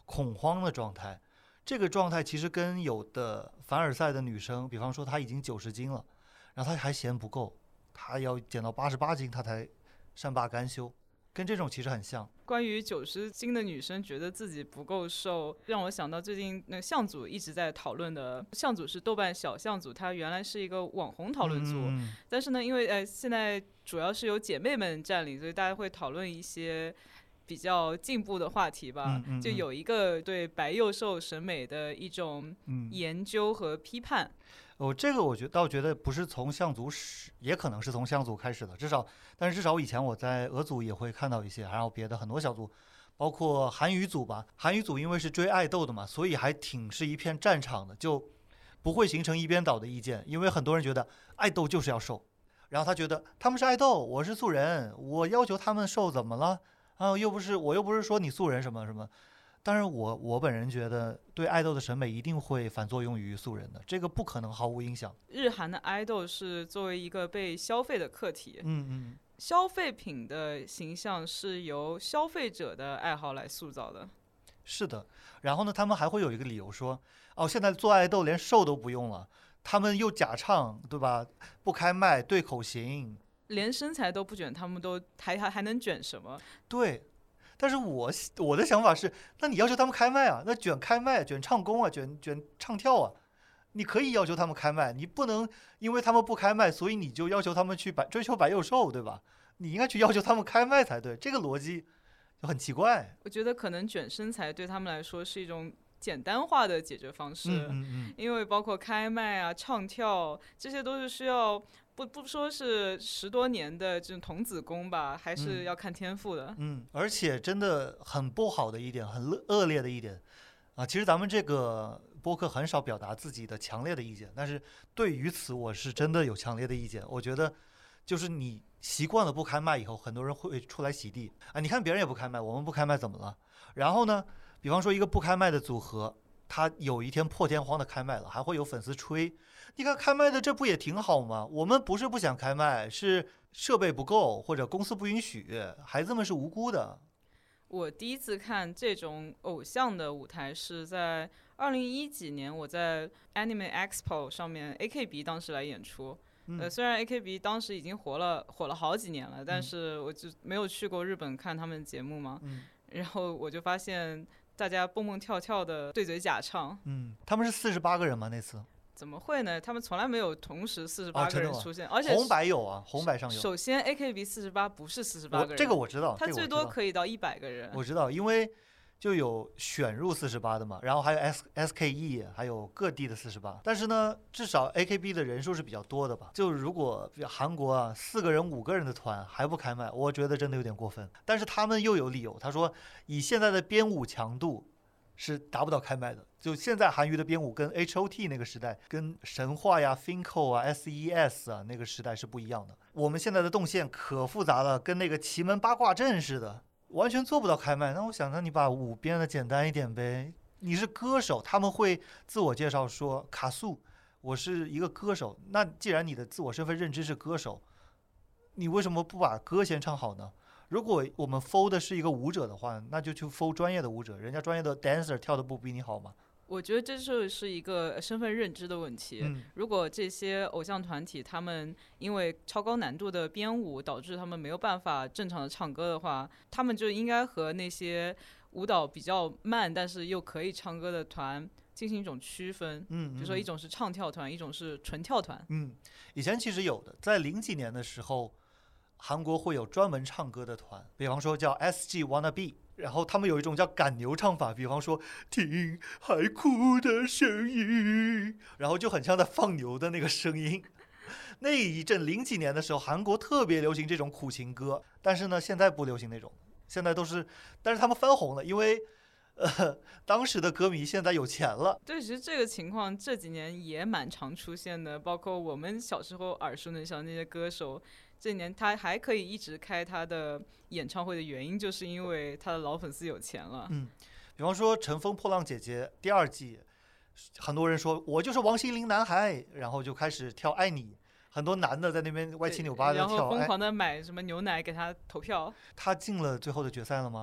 恐慌的状态。这个状态其实跟有的凡尔赛的女生，比方说她已经90斤了，然后她还嫌不够，她要减到88斤她才善罢甘休，跟这种其实很像。 关于90斤的女生觉得自己不够瘦，让我想到最近那个向组一直在讨论的，向组是豆瓣小向组，它原来是一个网红讨论组，但是呢，因为现在主要是由姐妹们占领，所以大家会讨论一些比较进步的话题吧，就有一个对白幼瘦审美的一种研究和批判。 这个我倒觉得不是从向组始，也可能是从向组开始的，但是至少以前我在俄组也会看到一些，还有别的很多小组，包括韩语组吧。韩语组因为是追爱豆的嘛，所以还挺是一片战场的，就不会形成一边倒的意见，因为很多人觉得爱豆就是要瘦，然后他觉得他们是爱豆，我是素人，我要求他们瘦怎么了？啊，我又不是说你素人什么什么。但是我本人觉得，对爱豆的审美一定会反作用于素人的，这个不可能毫无影响。 日韩的爱豆是作为一个被消费的客体，消费品的形象是由消费者的爱好来塑造的。 是的，然后呢，他们还会有一个理由说，现在做爱豆连瘦都不用了，他们又假唱，对吧？不开麦，对口型， 连身材都不卷，他们都还能卷什么？ 对。但是我的想法是，那你要求他们开麦啊，那卷开麦、卷唱功啊、卷唱跳啊，你可以要求他们开麦，你不能因为他们不开麦，所以你就要求他们去追求白幼瘦，对吧？你应该去要求他们开麦才对，这个逻辑就很奇怪。 我觉得可能卷身材对他们来说是一种简单化的解决方式，因为包括开麦啊、唱跳，这些都是需要不说是10多年的这种童子功吧，还是要看天赋的。 而且真的很不好的一点，很恶劣的一点啊，其实咱们这个播客很少表达自己的强烈的意见，但是对于此我是真的有强烈的意见。我觉得就是你习惯了不开麦以后，很多人会出来洗地啊，你看别人也不开麦，我们不开麦怎么了？然后呢，比方说一个不开麦的组合，他有一天破天荒的开麦了，还会有粉丝吹，你看开麦的这不也挺好吗？我们不是不想开麦，是设备不够或者公司不允许，孩子们是无辜的。 我第一次看这种偶像的舞台是在2010几年，我在 Anime Expo 上面 AKB 当时来演出。虽然 AKB 当时已经火了好几年了，但是我就没有去过日本看他们节目嘛。然后我就发现大家蹦蹦跳跳的对嘴假唱。 他们是48个人吗？那次？ 怎么会呢？他们从来没有同时48个人出现，而且红白有啊，红白上有。 首先 AKB 48不是48个人， 这个我知道， 他最多可以到100个人。 我知道，因为就有选入48的嘛，然后还有 SKE， 还有各地的48。但是呢，至少 AKB 的人数是比较多的吧？就如果韩国啊4个人5个人的团还不开麦，我觉得真的有点过分。但是他们又有理由，他说以现在的编舞强度是达不到开麦的。就现在韩娱的编舞跟 HOT 那个时代，跟神话呀、FINCO 啊、SES 啊那个时代是不一样的。我们现在的动线可复杂了，跟那个奇门八卦阵似的，完全做不到开麦。那我想让你把舞编的简单一点呗。你是歌手，他们会自我介绍说卡素，我是一个歌手。那既然你的自我身份认知是歌手，你为什么不把歌先唱好呢？如果我们 fold 的是一个舞者的话，那就去 fold 专业的舞者，人家专业的 dancer 跳的不比你好吗？ 我觉得这就是一个身份认知的问题。如果这些偶像团体他们因为超高难度的编舞导致他们没有办法正常的唱歌的话，他们就应该和那些舞蹈比较慢但是又可以唱歌的团进行一种区分。比如说一种是唱跳团，一种是纯跳团。 以前其实有的，在00几年的时候，韩国会有专门唱歌的团，比方说叫 SG Wannabe， 然后他们有一种叫赶牛唱法，比方说听海哭的声音，然后就很像在放牛的那个声音。那一阵00几年的时候，韩国特别流行这种苦情歌，但是呢，现在不流行那种，现在都是，但是他们翻红了，因为当时的歌迷现在有钱了。 对，其实这个情况这几年也蛮常出现的，包括我们小时候耳熟能详那些歌手，这年他还可以一直开他的演唱会的原因，就是因为他的老粉丝有钱了。 比方说《乘风破浪姐姐》第2季，很多人说我就是王心凌男孩，然后就开始跳爱你，很多男的在那边歪七扭八的跳， 然后疯狂的买什么牛奶给他投票。 他进了最后的决赛了吗？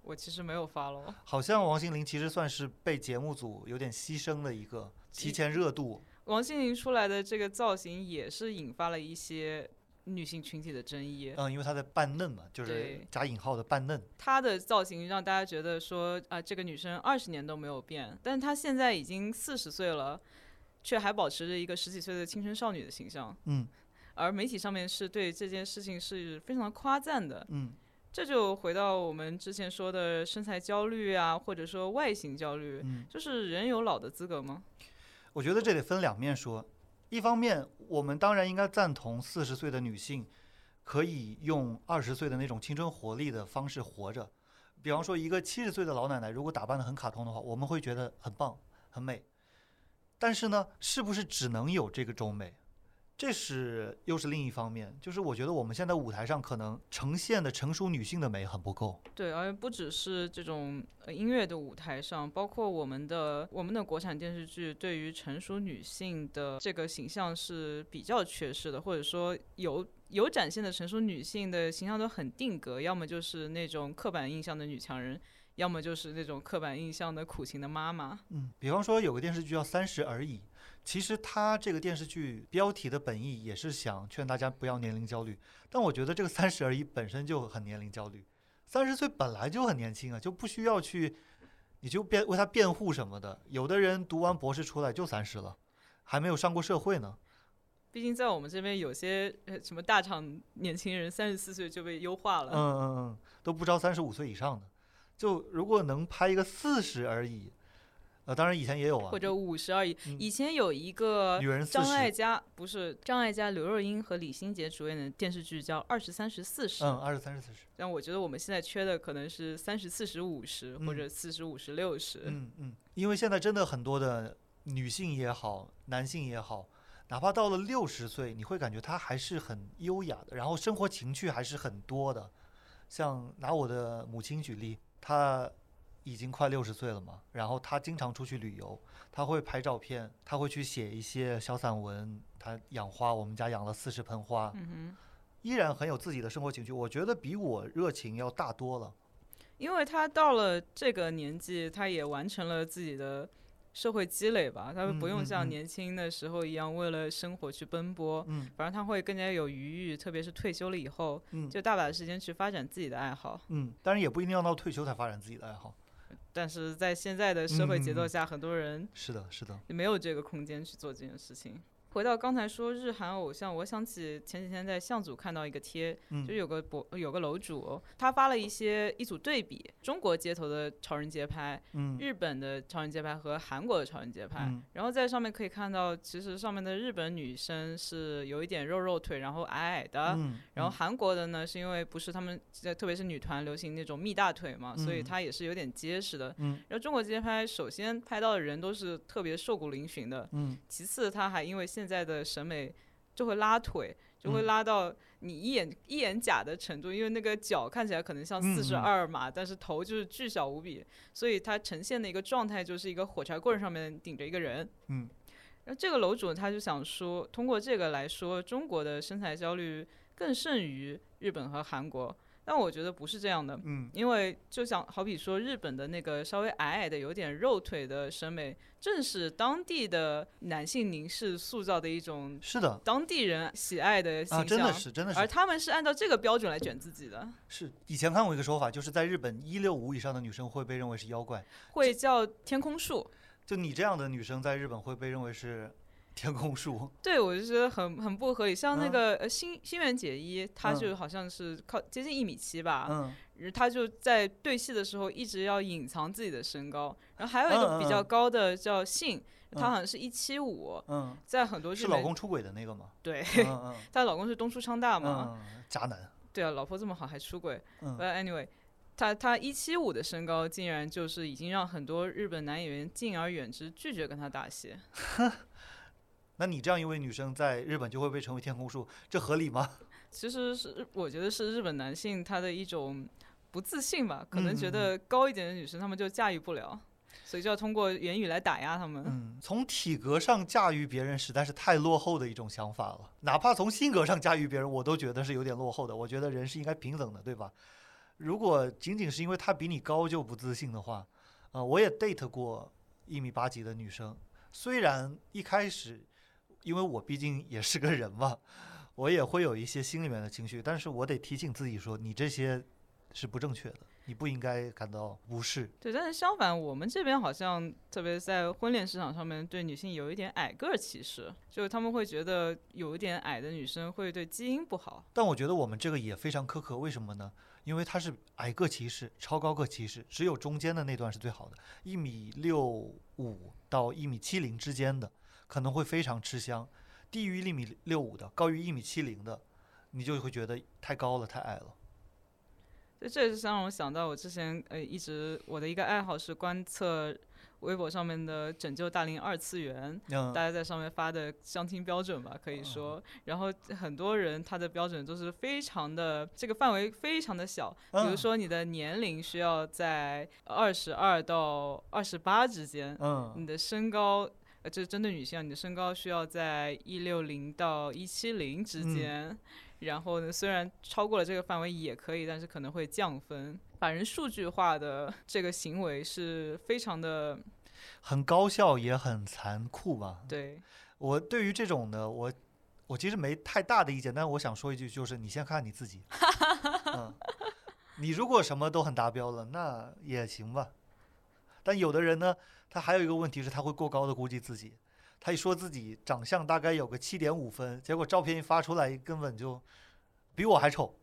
我其实没有 follow。 好像王心凌其实算是被节目组有点牺牲的一个，提前热度。 王心凌出来的这个造型也是引发了一些女性群体的争议。 因为她在扮嫩嘛，就是加引号的扮嫩。 她的造型让大家觉得说这个女生20年都没有变，但是她现在已经40岁了，却还保持着一个10几岁的青春少女的形象。而媒体上面是对这件事情是非常夸赞的。这就回到我们之前说的身材焦虑啊，或者说外形焦虑，就是人有老的资格吗？ 我觉得这得分两面说。一方面，我们当然应该赞同40岁的女性可以用20岁的那种青春活力的方式活着。比方说，一个70岁的老奶奶如果打扮得很卡通的话，我们会觉得很棒、很美。但是呢，是不是只能有这个种美？这又是另一方面，就是我觉得我们现在舞台上可能呈现的成熟女性的美很不够。 对，而不只是这种音乐的舞台上，包括我们的国产电视剧对于成熟女性的这个形象是比较缺失的，或者说有展现的成熟女性的形象都很定格，要么就是那种刻板印象的女强人，要么就是那种刻板印象的苦情的妈妈。 比方说有个电视剧叫《30而已》，其实它这个电视剧标题的本意也是想劝大家不要年龄焦虑，但我觉得这个30而已本身就很年龄焦虑。30岁本来就很年轻啊，就不需要你就为他辩护什么的。有的人读完博士出来就30了，还没有上过社会呢。 毕竟在我们这边有些什么大厂年轻人34岁就被优化了， 都不招35岁以上的。就如果能拍一个40而已，当然以前也有啊， 或者50而已。以前有一个张艾嘉，不是张艾嘉、刘若英和李心洁主演的电视剧叫《20、30、40》。 20、30、40。 但我觉得我们现在缺的可能是30、40、50，或者40、50、60。 因为现在真的很多的女性也好，男性也好，哪怕到了60岁，你会感觉他还是很优雅的，然后生活情趣还是很多的。像拿我的母亲举例，她已经快60岁了嘛，然后她经常出去旅游，她会拍照片，她会去写一些小散文，她养花，我们家养了40盆花，依然很有自己的生活情趣，我觉得比我热情要大多了。 因为她到了这个年纪，她也完成了自己的社会积累吧，他不用像年轻的时候一样为了生活去奔波，反正他会更加有余裕，特别是退休了以后，就大把的时间去发展自己的爱好。 当然也不一定要到退休才发展自己的爱好， 但是在现在的社会节奏下，很多人是的没有这个空间去做这件事情。回到刚才说日韩偶像，我想起前几天在相组看到一个贴，就有个楼主，他发了一组对比，中国街头的超人街拍，日本的超人街拍和韩国的超人街拍，然后在上面可以看到，其实上面的日本女生是有一点肉腿，然后矮矮的，然后韩国的呢是因为不是他们特别是女团流行那种蜜大腿嘛，所以它也是有点结实的。然后中国街拍首先拍到的人都是特别瘦骨嶙峋的，其次他还因为现在的审美就会拉腿，就会拉到你一眼假的程度，因为那个脚看起来可能像42码，但是头就是巨小无比，所以它呈现的一个状态就是一个火柴棍上面顶着一个人。然后这个楼主他就想说，通过这个来说中国的身材焦虑更胜于日本和韩国。但我觉得不是这样的，因为就像好比说日本的那个稍微矮矮的有点肉腿的审美，正是当地的男性凝视塑造的一种， 是的， 当地人喜爱的形象， 真的是， 而他们是按照这个标准来卷自己的。 是以前看过一个说法，就是在日本165以上的女生会被认为是妖怪， 会叫天空树。 就你这样的女生在日本会被认为是天空树。 对，我就觉得很不合理。像那个新垣结衣，她就好像是接近1.7米吧，她就在对戏的时候一直要隐藏自己的身高。然后还有一个比较高的叫信，她好像是175，在很多剧是老公出轨的那个吗？ 对，她老公是东出昌大嘛， 渣男。 对啊，老婆这么好还出轨。But anyway， 他175的身高竟然就是已经让很多日本男演员敬而远之，拒绝跟他打戏。 那你这样一位女生在日本就会被称为天空树，这合理吗？ 其实我觉得是日本男性他的一种不自信吧，可能觉得高一点的女生他们就驾驭不了，所以就要通过言语来打压他们。 从体格上驾驭别人实在是太落后的一种想法了，哪怕从性格上驾驭别人我都觉得是有点落后的。我觉得人是应该平等的，对吧？ 如果仅仅是因为她比你高就不自信的话，我也 date 过1米8几的女生，虽然一开始因为我毕竟也是个人嘛，我也会有一些心里面的情绪，但是我得提醒自己说，你这些是不正确的，你不应该感到不适。 对，但是相反，我们这边好像特别在婚恋市场上面对女性有一点矮个儿歧视，就是他们会觉得有一点矮的女生会对基因不好。 但我觉得我们这个也非常苛刻，为什么呢？因为它是矮个歧视、超高个歧视，只有中间的那段是最好的，1.65米到1.70米之间的可能会非常吃香，低于1.65米的、高于1.70米的，你就会觉得太高了、太矮了。 这也是让我想到我之前一直我的一个爱好是观测微博上面的拯救大龄二次元，大家在上面发的相亲标准吧，可以说，然后很多人他的标准都是非常的，这个范围非常的小，比如说你的年龄需要在22到28之间，你的身高。这是针对女性，你的身高需要在160到170之间，然后呢，虽然超过了这个范围也可以，但是可能会降分。把人数据化的这个行为是非常的很高效，也很残酷吧？ 对， 我对于这种的，我其实没太大的意见，但是我想说一句，就是你先看你自己。你如果什么都很达标了，那也行吧。但有的人呢，他还有一个问题是，他会过高的估计自己。他一说自己长相大概有个7.5分，结果照片一发出来，根本就比我还丑。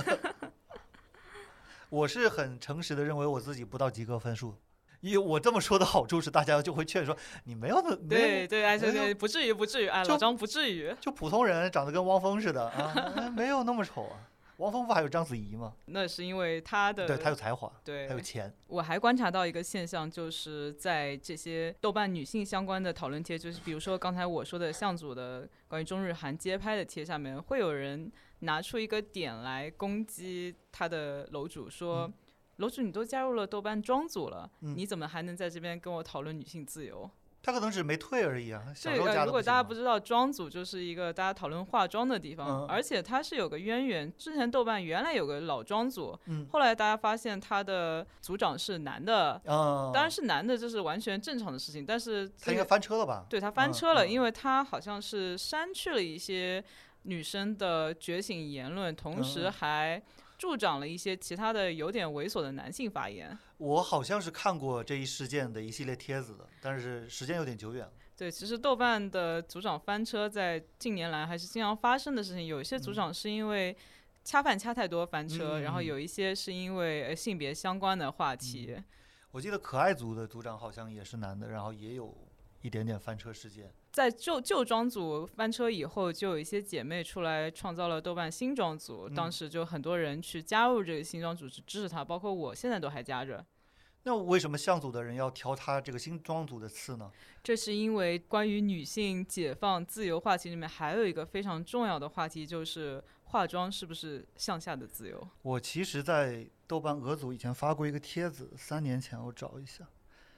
我是很诚实的认为我自己不到及格分数，因为我这么说的好处是，大家就会劝说你没有的， 对，不至于，老张不至于， 就普通人长得跟汪峰似的啊，没有那么丑啊。汪峰不还有章子怡吗？ 那是因为他的， 对，他有才华， 对， 他有钱。 我还观察到一个现象，就是在这些豆瓣女性相关的讨论贴，就是比如说刚才我说的向组的关于中日韩街拍的贴下面，会有人拿出一个点来攻击他的楼主，说，楼主你都加入了豆瓣庄组了，你怎么还能在这边跟我讨论女性自由？ 他可能只是没退而已啊。 对，如果大家不知道，庄组就是一个大家讨论化妆的地方，而且它是有个渊源。之前豆瓣原来有个老庄组，后来大家发现他的组长是男的，当然是男的，这是完全正常的事情。但是他应该翻车了吧？ 对，他翻车了，因为他好像是删去了一些女生的觉醒言论，同时还助长了一些其他的有点猥琐的男性发言。 我好像是看过这一事件的一系列帖子的，但是时间有点久远了。 对，其实豆瓣的组长翻车在近年来还是经常发生的事情，有一些组长是因为恰饭恰太多翻车，然后有一些是因为性别相关的话题。 我记得可爱组的组长好像也是男的，然后也有一点点翻车事件。 在旧庄组翻车以后，就有一些姐妹出来创造了豆瓣新庄组，当时就很多人去加入这个新庄组，去支持他，包括我现在都还加着。 那为什么向组的人要挑他这个新庄组的刺呢？ 这是因为关于女性解放自由话题里面还有一个非常重要的话题，就是化妆是不是向下的自由。 我其实在豆瓣俄组以前发过一个帖子，3年前我找一下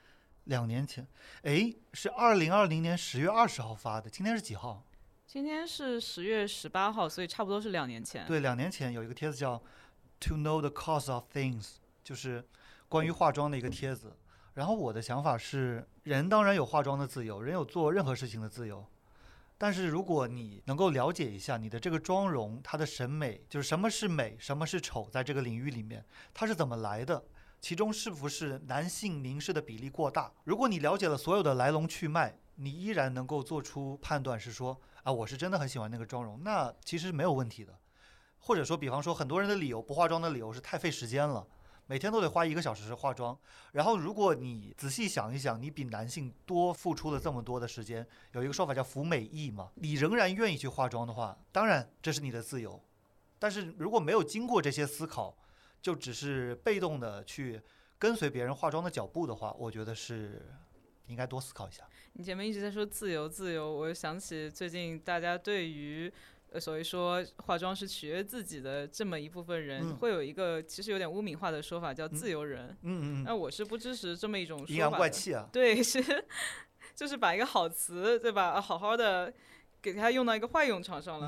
，2年前，是2020年10月20号发的，今天是几号？ 今天是10月18号，所以差不多是2年前。 对，2年前有一个帖子叫 To Know the Cause of Things， 就是关于化妆的一个帖子。然后我的想法是，人当然有化妆的自由，人有做任何事情的自由，但是如果你能够了解一下你的这个妆容，它的审美，就是什么是美，什么是丑，在这个领域里面它是怎么来的，其中是不是男性凝视的比例过大，如果你了解了所有的来龙去脉，你依然能够做出判断，是说啊，我是真的很喜欢那个妆容，那其实没有问题的。或者说比方说很多人的理由，不化妆的理由是太费时间了，每天都得花1个小时化妆，然后如果你仔细想一想，你比男性多付出了这么多的时间，有一个说法叫服美役嘛，你仍然愿意去化妆的话，当然这是你的自由，但是如果没有经过这些思考，就只是被动的去跟随别人化妆的脚步的话，我觉得是应该多思考一下。 你前面一直在说自由自由，我就想起最近大家对于所谓说化妆是取悦自己的这么一部分人，会有一个其实有点污名化的说法叫自由人。那我是不支持这么一种说法的。 阴阳怪气啊。 对，就是把一个好词，对吧，好好的给它用到一个坏用场上了。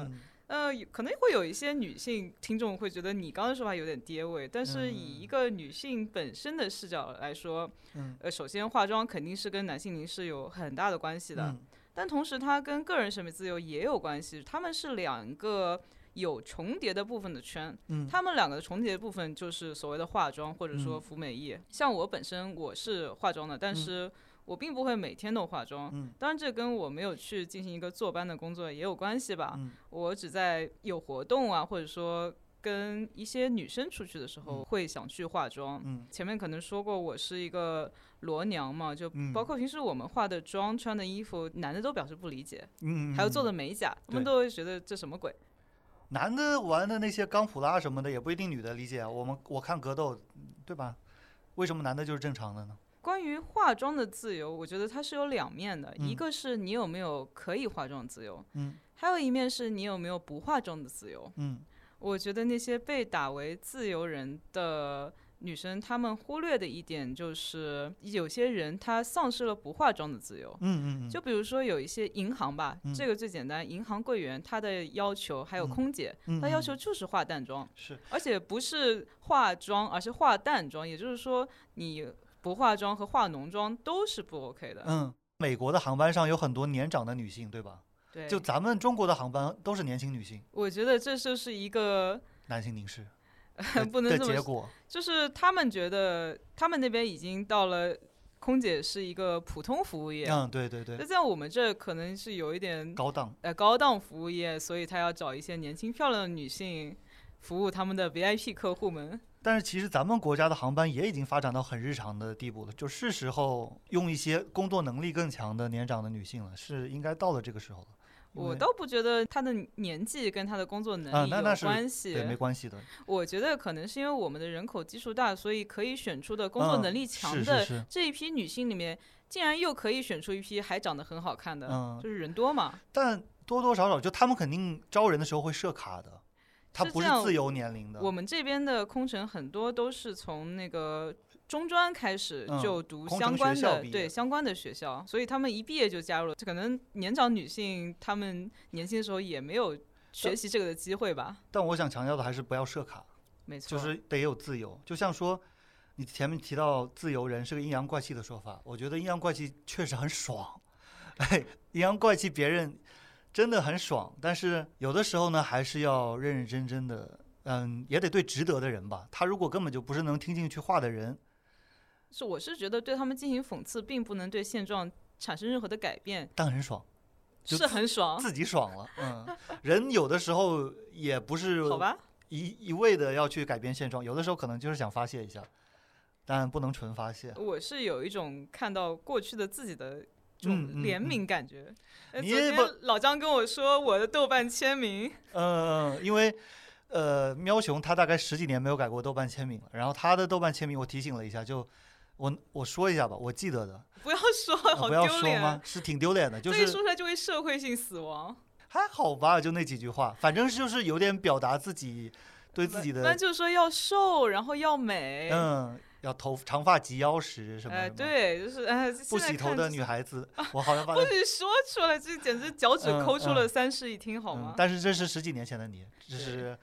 可能会有一些女性听众会觉得你刚刚说话有点跌位，但是以一个女性本身的视角来说，首先化妆肯定是跟男性凝视有很大的关系的，但同时它跟个人审美自由也有关系，他们是两个有重叠的部分的圈，他们两个的重叠的部分就是所谓的化妆或者说服美役。像我本身我是化妆的，但是我并不会每天都化妆，当然这跟我没有去进行一个坐班的工作也有关系吧，我只在有活动啊，或者说跟一些女生出去的时候会想去化妆。前面可能说过我是一个裸娘嘛，就包括平时我们化的妆穿的衣服，男的都表示不理解，还有做的美甲，他们都会觉得这什么鬼。 男的玩的那些钢普拉什么的也不一定女的理解啊，我看格斗对吧，为什么男的就是正常的呢？ 关于化妆的自由，我觉得它是有两面的，一个是你有没有可以化妆的自由，还有一面是你有没有不化妆的自由。我觉得那些被打为自由人的女生，她们忽略的一点就是有些人她丧失了不化妆的自由。就比如说有一些银行吧，这个最简单，银行柜员她的要求还有空姐，她要求就是化淡妆， 是， 而且不是化妆，而是化淡妆，也就是说你不化妆和化浓妆都是不 OK 的。 美国的航班上有很多年长的女性，对吧？ 对， 就咱们中国的航班都是年轻女性。 我觉得这就是一个男性凝视不能这么结果， 就是他们觉得他们那边已经到了空姐是一个普通服务业。 对对对。 那在我们这可能是有一点高档高档服务业，所以他要找一些年轻漂亮的女性服务他们的 VIP 客户们。 但是其实咱们国家的航班也已经发展到很日常的地步了，就是时候用一些工作能力更强的年长的女性了，是应该到了这个时候了。 我倒不觉得她的年纪跟她的工作能力有关系， 对，没关系的。 我觉得可能是因为我们的人口基数大，所以可以选出的工作能力强的这一批女性里面，竟然又可以选出一批还长得很好看的，就是人多嘛。 但多多少少就他们肯定招人的时候会设卡的，它不是自由年龄的。 我们这边的空乘很多都是从那个中专开始就读相关的，对相关的学校，所以他们一毕业就加入了。可能年长女性她们年轻的时候也没有学习这个的机会吧。 但我想强调的还是不要设卡， 没错， 就是得有自由。就像说你前面提到自由人是个阴阳怪气的说法，我觉得阴阳怪气确实很爽，阴阳怪气别人真的很爽，但是有的时候呢，还是要认认真真的，也得对值得的人吧。他如果根本就不是能听进去话的人， 我是觉得对他们进行讽刺，并不能对现状产生任何的改变， 但很爽， 是很爽， 自己爽了。人有的时候也不是好吧， 一味的要去改变现状，有的时候可能就是想发泄一下，但不能纯发泄。我是有一种看到过去的自己的这种怜悯感觉。昨天老张跟我说我的豆瓣签名， 因为喵熊他大概10几年没有改过豆瓣签名了，然后他的豆瓣签名我提醒了一下，就我说一下吧，我记得的。 不要说，好丢脸。 不要说吗？是挺丢脸的，就是这一说出来就会社会性死亡。 还好吧，就那几句话，反正就是有点表达自己对自己的。 那就是说要瘦，然后要美， 要长发及腰时什么对，就是不洗头的女孩子，我好像把不许说出来，这简直脚趾抠出了3室一厅，好吗？ 但是这是10几年前的你，这是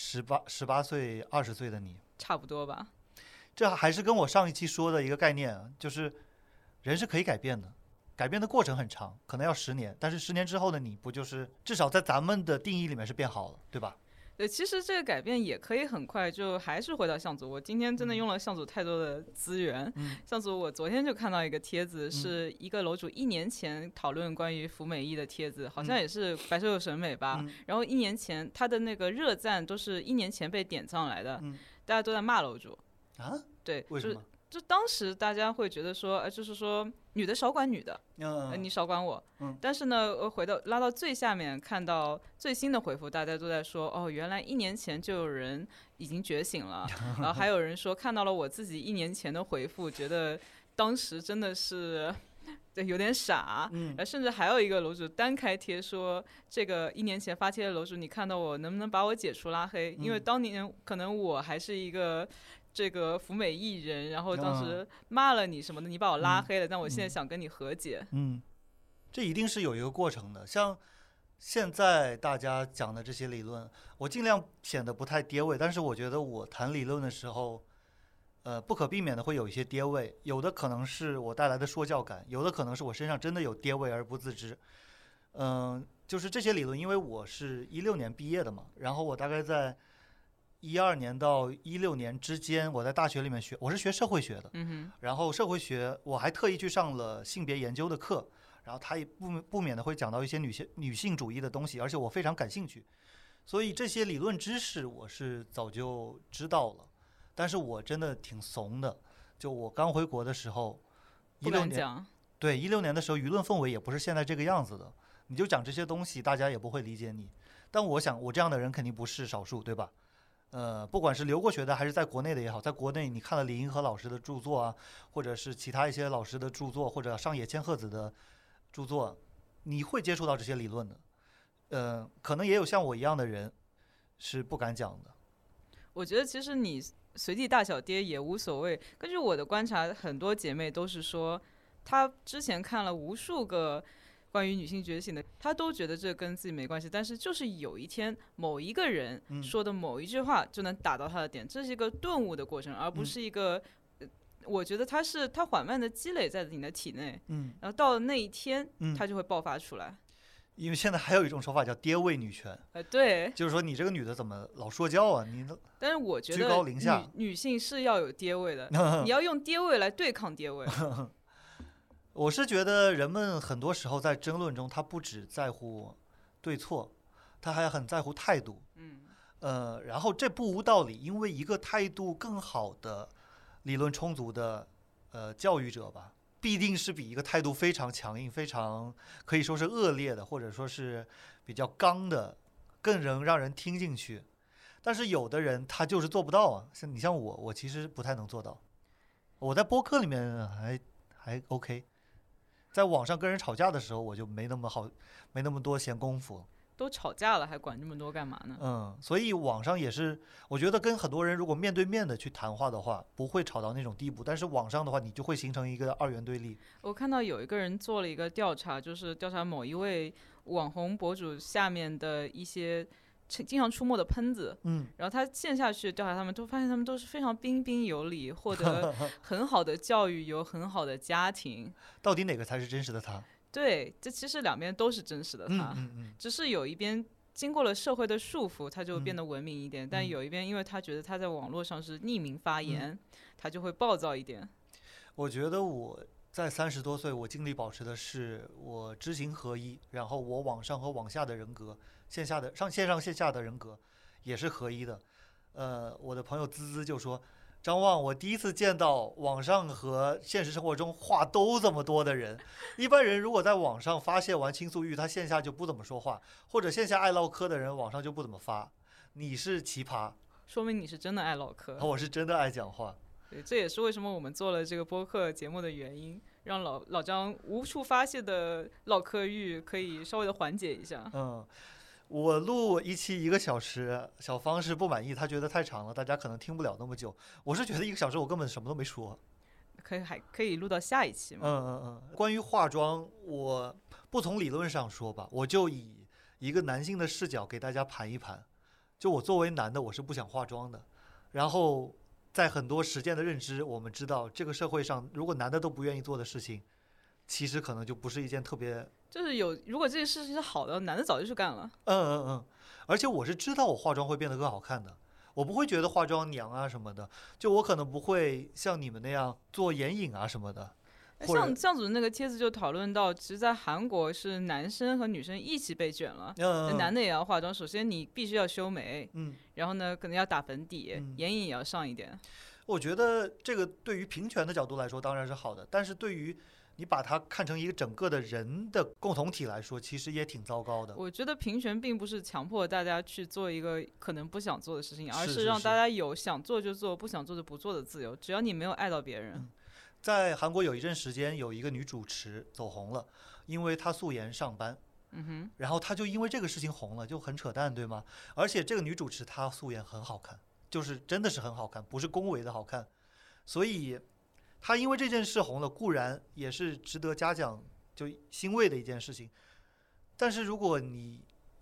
18岁、20岁的你， 差不多吧。 这还是跟我上一期说的一个概念，就是人是可以改变的，改变的过程很长，可能要10年，但是10年之后的你不就是至少在咱们的定义里面是变好了，对吧？ 对，其实这个改变也可以很快，就还是回到向组。我今天真的用了向组太多的资源。向组，我昨天就看到一个帖子，是一个楼主1年前讨论关于服美役的帖子，好像也是白瘦幼审美吧。然后1年前他的那个热赞都是1年前被点上来的，大家都在骂楼主啊？ 对， 为什么？ 就当时大家会觉得说，就是说女的少管女的，你少管我。但是呢，拉到最下面看到最新的回复，大家都在说，哦，原来1年前就有人已经觉醒了，然后还有人说看到了我自己1年前的回复，觉得当时真的是。对，有点傻。甚至还有一个楼主单开贴说，这个1年前发帖的楼主，你看到我能不能把我解除拉黑？因为当年可能我还是一个这个服美艺人，然后当时骂了你什么的，你把我拉黑了，但我现在想跟你和解。 这一定是有一个过程的，像现在大家讲的这些理论，我尽量显得不太跌位，但是我觉得我谈理论的时候，不可避免的会有一些跌位，有的可能是我带来的说教感，有的可能是我身上真的有跌位而不自知。就是这些理论，因为我是16年毕业的嘛，然后我大概在12年到16年之间，我在大学里面学，我是学社会学的，然后社会学我还特意去上了性别研究的课，然后他也不免的会讲到一些女性主义的东西，而且我非常感兴趣，所以这些理论知识我是早就知道了，但是我真的挺怂的，就我刚回国的时候，16年，对，16年的时候舆论氛围也不是现在这个样子的，你就讲这些东西，大家也不会理解你，但我想我这样的人肯定不是少数，对吧？不管是留过学的还是在国内的也好，在国内你看了李银河老师的著作啊，或者是其他一些老师的著作，或者上野千鹤子的著作，你会接触到这些理论的。可能也有像我一样的人是不敢讲的。 我觉得其实你随地大小跌也无所谓。根据我的观察，很多姐妹都是说，她之前看了无数个关于女性觉醒的，她都觉得这跟自己没关系，但是就是有一天某一个人说的某一句话就能打到她的点，这是一个顿悟的过程，而不是一个我觉得它缓慢的积累在你的体内，然后到了那一天它就会爆发出来。 因为现在还有一种说法叫跌位女权， 对， 就是说你这个女的怎么老说教啊？你但是我觉得居高临下， 女性是要有跌位的，你要用跌位来对抗跌位。 我是觉得人们很多时候在争论中，他不只在乎对错，他还很在乎态度。然后这不无道理，因为一个态度更好的、理论充足的教育者吧，必定是比一个态度非常强硬、非常可以说是恶劣的，或者说是比较刚的，更能让人听进去。但是有的人他就是做不到啊，你像我其实不太能做到。我在播客里面还 OK。在网上跟人吵架的时候，我就没那么多闲工夫。 都吵架了，还管这么多干嘛呢？ 所以网上也是，我觉得跟很多人如果面对面的去谈话的话，不会吵到那种地步。但是网上的话，你就会形成一个二元对立。 我看到有一个人做了一个调查，就是调查某一位网红博主下面的一些经常出没的喷子，然后他线下去调查他们，都发现他们都是非常彬彬有礼，获得很好的教育，有很好的家庭。 到底哪个才是真实的他？ 对，这其实两边都是真实的他，只是有一边经过了社会的束缚，他就变得文明一点，但有一边因为他觉得他在网络上是匿名发言，他就会暴躁一点。 我觉得我在30多岁，我尽力保持的是我知行合一，然后我网上和网下的人格，线上线下的人格也是合一的。我的朋友滋滋就说，张望，我第一次见到网上和现实生活中话都这么多的人。一般人如果在网上发泄完倾诉欲，他线下就不怎么说话，或者线下爱唠嗑的人，网上就不怎么发。你是奇葩， 说明你是真的爱唠嗑。 我是真的爱讲话。 对，这也是为什么我们做了这个播客节目的原因，让老张无处发泄的唠嗑欲可以稍微的缓解一下。 我录一期1个小时，小芳是不满意，她觉得太长了，大家可能听不了那么久。我是觉得1个小时我根本什么都没说， 还可以录到下一期嘛。关于化妆，我不从理论上说吧，我就以一个男性的视角给大家盘一盘。就我作为男的，我是不想化妆的。然后在很多实践的认知，我们知道这个社会上，如果男的都不愿意做的事情，其实可能就不是一件特别， 就是如果这件事情是好的，男的早就去干了。 而且我是知道我化妆会变得更好看的，我不会觉得化妆娘啊什么的，就我可能不会像你们那样做眼影啊什么的。 像组那个帖子就讨论到，其实在韩国是男生和女生一起被卷了，男的也要化妆。首先你必须要修眉，然后呢可能要打粉底，眼影也要上一点。 我觉得这个对于平权的角度来说当然是好的，但是对于你把它看成一个整个的人的共同体来说，其实也挺糟糕的。 我觉得平权并不是强迫大家去做一个可能不想做的事情，而是让大家有想做就做，不想做就不做的自由，只要你没有爱到别人。 在韩国有一阵时间，有一个女主持走红了，因为她素颜上班，然后她就因为这个事情红了，就很扯淡，对吗？而且这个女主持她素颜很好看，就是真的是很好看，不是恭维的好看，所以她因为这件事红了，固然也是值得嘉奖，就欣慰的一件事情。但是如果你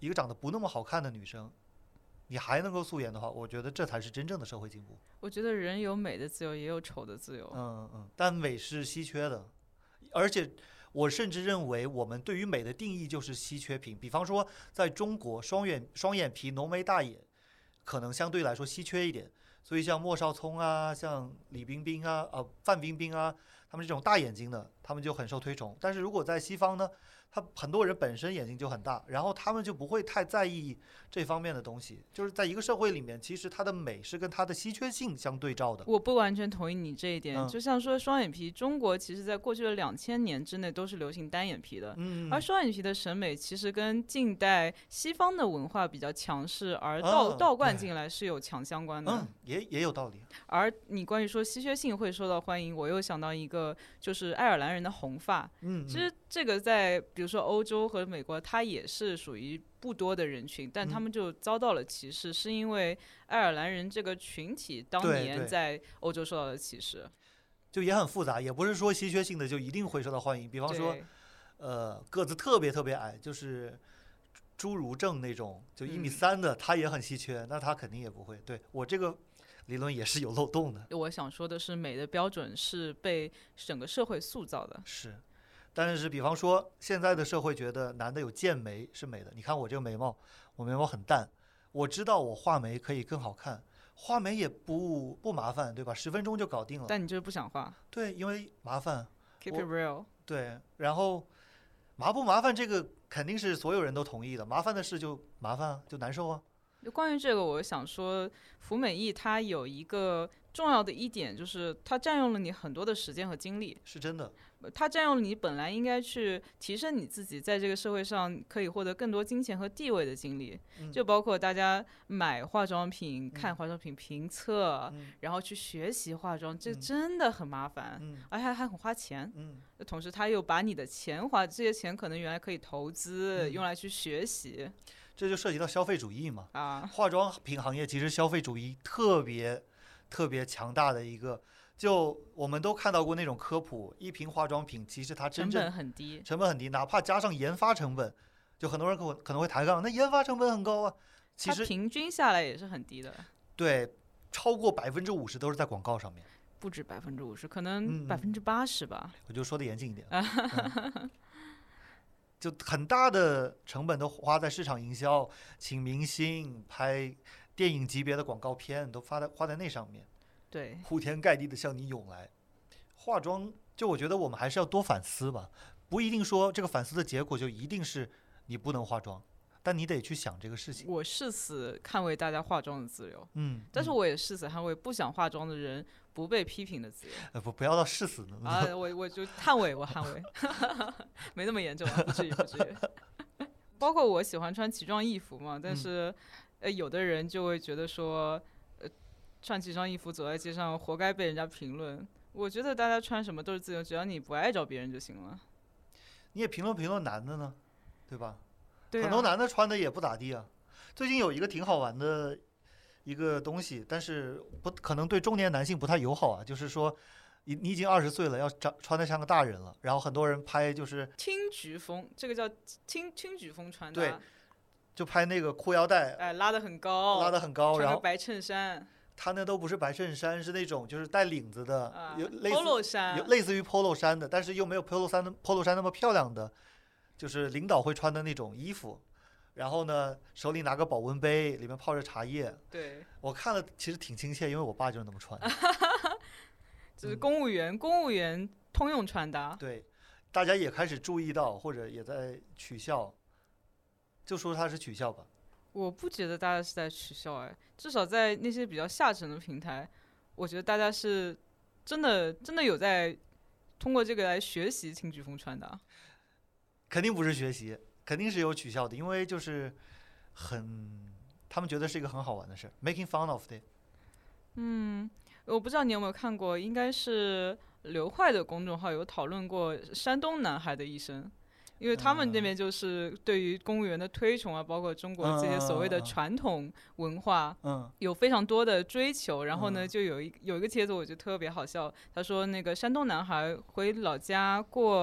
一个长得不那么好看的女生，你还能够素颜的话，我觉得这才是真正的社会进步。 我觉得人有美的自由，也有丑的自由。 但美是稀缺的，而且我甚至认为我们对于美的定义就是稀缺品。比方说，在中国，双眼皮、浓眉大眼，可能相对来说稀缺一点。所以像莫少聪啊，像李冰冰啊，范冰冰啊，他们这种大眼睛的，他们就很受推崇。但是如果在西方呢，他很多人本身眼睛就很大，然后他们就不会太在意这方面的东西。就是在一个社会里面，其实它的美是跟它的稀缺性相对照的。 我不完全同意你这一点，就像说双眼皮，中国其实在过去的2000年之内都是流行单眼皮的，而双眼皮的审美其实跟近代西方的文化比较强势，而倒灌进来是有强相关的。 也有道理。 而你关于说稀缺性会受到欢迎，我又想到一个，就是爱尔兰人的红发。其实这个在比如说欧洲和美国，它也是属于不多的人群，但他们就遭到了歧视，是因为爱尔兰人这个群体当年在欧洲受到的歧视。 就也很复杂，也不是说稀缺性的就一定会受到欢迎。比方说，个子特别特别矮，就是侏儒症那种，就1.3米的，他也很稀缺，那他肯定也不会。对，我这个理论也是有漏洞的。 我想说的是，美的标准是被整个社会塑造的。 是，但是比方说现在的社会觉得男的有剑眉是美的。你看我这个眉毛，我眉毛很淡，我知道我画眉可以更好看，画眉也不麻烦，对吧？10分钟就搞定了。 但你就是不想画。 对，因为麻烦。 Keep it real。 对，然后麻不麻烦这个肯定是所有人都同意的，麻烦的事就麻烦啊，就难受啊。 就关于这个，我想说，服美役它有一个重要的一点，就是它占用了你很多的时间和精力。 是真的。 它占用了你本来应该去提升你自己在这个社会上可以获得更多金钱和地位的精力，就包括大家买化妆品、看化妆品评测，然后去学习化妆，这真的很麻烦，而且还很花钱。同时他又把你的钱这些钱可能原来可以投资，用来去学习。 这就涉及到消费主义嘛。 化妆品行业其实消费主义特别特别强大的一个。就我们都看到过那种科普，一瓶化妆品其实它真正成本很低，哪怕加上研发成本，就很多人可能会抬杠，那研发成本很高啊，其实它平均下来也是很低的。 对，超过50%都是在广告上面， 不止50%，可能80%吧。 我就说的严谨一点。就很大的成本都花在市场营销，请明星拍电影级别的广告片，都花在那上面。 对， 铺天盖地的向你涌来。化妆，就我觉得我们还是要多反思吧，不一定说这个反思的结果就一定是你不能化妆，但你得去想这个事情。 我誓死捍卫大家化妆的自由，但是我也誓死捍卫不想化妆的人不被批评的自由。 不要到誓死呢。 我就捍卫，没那么严重，不至于。包括我喜欢穿奇装异服嘛，但是有的人就会觉得说。穿奇装异服走在街上，活该被人家评论。我觉得大家穿什么都是自由，只要你不碍着别人就行了。 你也评论男的呢，对吧？ 对啊， 很多男的穿的也不咋地啊。最近有一个挺好玩的一个东西，但是可能对中年男性不太友好啊。就是说，你已经20岁了，要穿得像个大人了。然后很多人拍就是轻举风，这个叫轻举风穿搭。 对，就拍那个裤腰带， 拉得很高， 然后白衬衫。 他那都不是白衬衫，是那种就是带领子的，有 polo衫， 有类似于 polo 衫的，但是又没有 polo 衫那么漂亮的，就是领导会穿的那种衣服。然后呢，手里拿个保温杯，里面泡着茶叶。 对， 我看了其实挺亲切，因为我爸就是那么穿。 就是公务员通用穿搭。 对，大家也开始注意到，或者也在取笑，就说他是取笑吧。 我不觉得大家是在取笑，至少在那些比较下沉的平台，我觉得大家是真的有在通过这个来学习轻举风穿搭。 肯定不是学习，肯定是有取笑的，因为就是他们觉得是一个很好玩的事 ，making fun of it。 我不知道你有没有看过，应该是刘坏的公众号有讨论过山东男孩的一生。因为他们那边就是对于公务员的推崇啊，包括中国这些所谓的传统文化，有非常多的追求。然后呢，就有一个帖子，我觉得特别好笑。他说那个山东男孩回老家过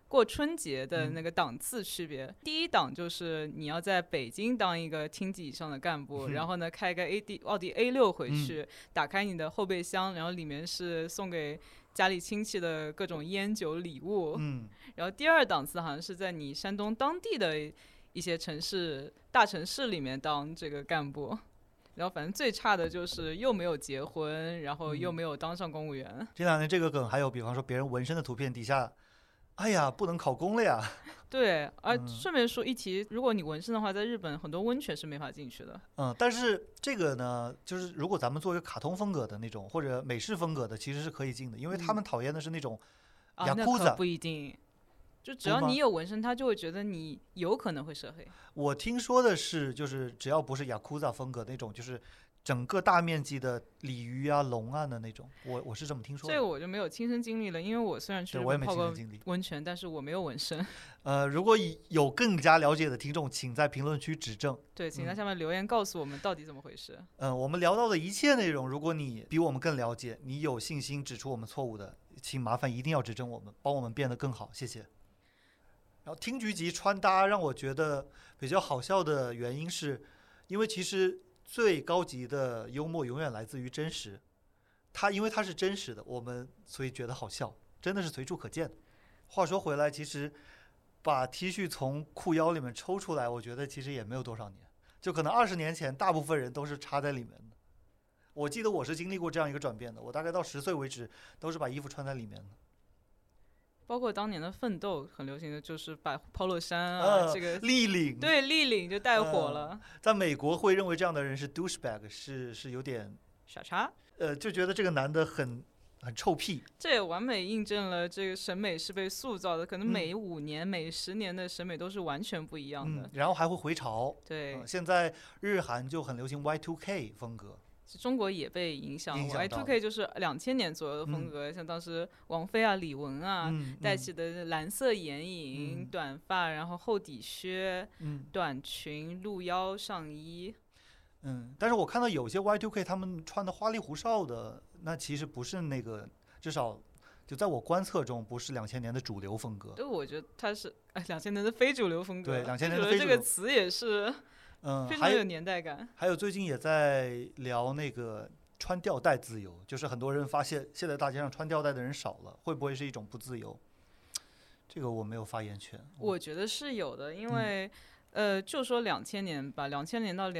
过春节的那个档次区别。第一档就是你要在北京当一个厅级以上的干部，然后呢开个奥迪 A6 回去，打开你的后备箱，然后里面是送给家里亲戚的各种烟酒礼物。然后第二档次好像是在你山东当地的一些大城市里面当这个干部。然后反正最差的就是又没有结婚，然后又没有当上公务员。 这两年这个梗还有，比方说别人纹身的图片底下，哎呀，不能考公了呀。 对，顺便说一提，如果你纹身的话，在日本很多温泉是没法进去的。 但是这个呢，就是如果咱们做一个卡通风格的那种或者美式风格的，其实是可以进的，因为他们讨厌的是那种雅库那可不一定。就只要你有纹身，他就会觉得你有可能会涉黑。 我听说的是，就是只要不是雅库扎风格那种，就是整个大面积的鲤鱼啊、龙啊的那种，我是这么听说的。 这个我就没有亲身经历了，因为我虽然去日本泡过温泉，但是我没有纹身。 如果有更加了解的听众，请在评论区指正。 对，请在下面留言告诉我们到底怎么回事。 我们聊到的一切内容，如果你比我们更了解，你有信心指出我们错误的，请麻烦一定要指正我们，帮我们变得更好，谢谢。然后听局级穿搭让我觉得比较好笑的原因是，因为其实最高级的幽默永远来自于真实，因为它是真实的，我们所以觉得好笑，真的是随处可见。话说回来，其实把 T 恤从裤腰里面抽出来，我觉得其实也没有多少年，就可能20年前大部分人都是插在里面的。我记得我是经历过这样一个转变的，我大概到10岁为止都是把衣服穿在里面的。 包括当年的奋斗很流行的就是把 polo 衫这个立领， 对，立领就带火了。 在美国会认为这样的人是 douchebag， 是有点傻叉， 就觉得这个男的很臭屁。 这也完美印证了这个审美是被塑造的，可能每5年、每10年的审美都是完全不一样的。 然后还会回潮。 对， 现在日韩就很流行 Y2K 风格。 中国也被影响 Y2K 就是2000年左右的风格，像当时王菲啊、李玟啊带起的蓝色眼影、短发，然后厚底靴、短裙、露腰上衣。 但是我看到有些 Y2K 他们穿的花里胡哨的，那其实不是那个，至少就在我观测中不是2000年的主流风格。 对，我觉得它是2000年的非主流风格。 对，2000年的非主流这个词也是。非常有年代感。 还有最近也在聊那个穿吊带自由，就是很多人发现现在大街上穿吊带的人少了，会不会是一种不自由？这个我没有发言权。 我觉得是有的，因为就说2000年吧，2000年到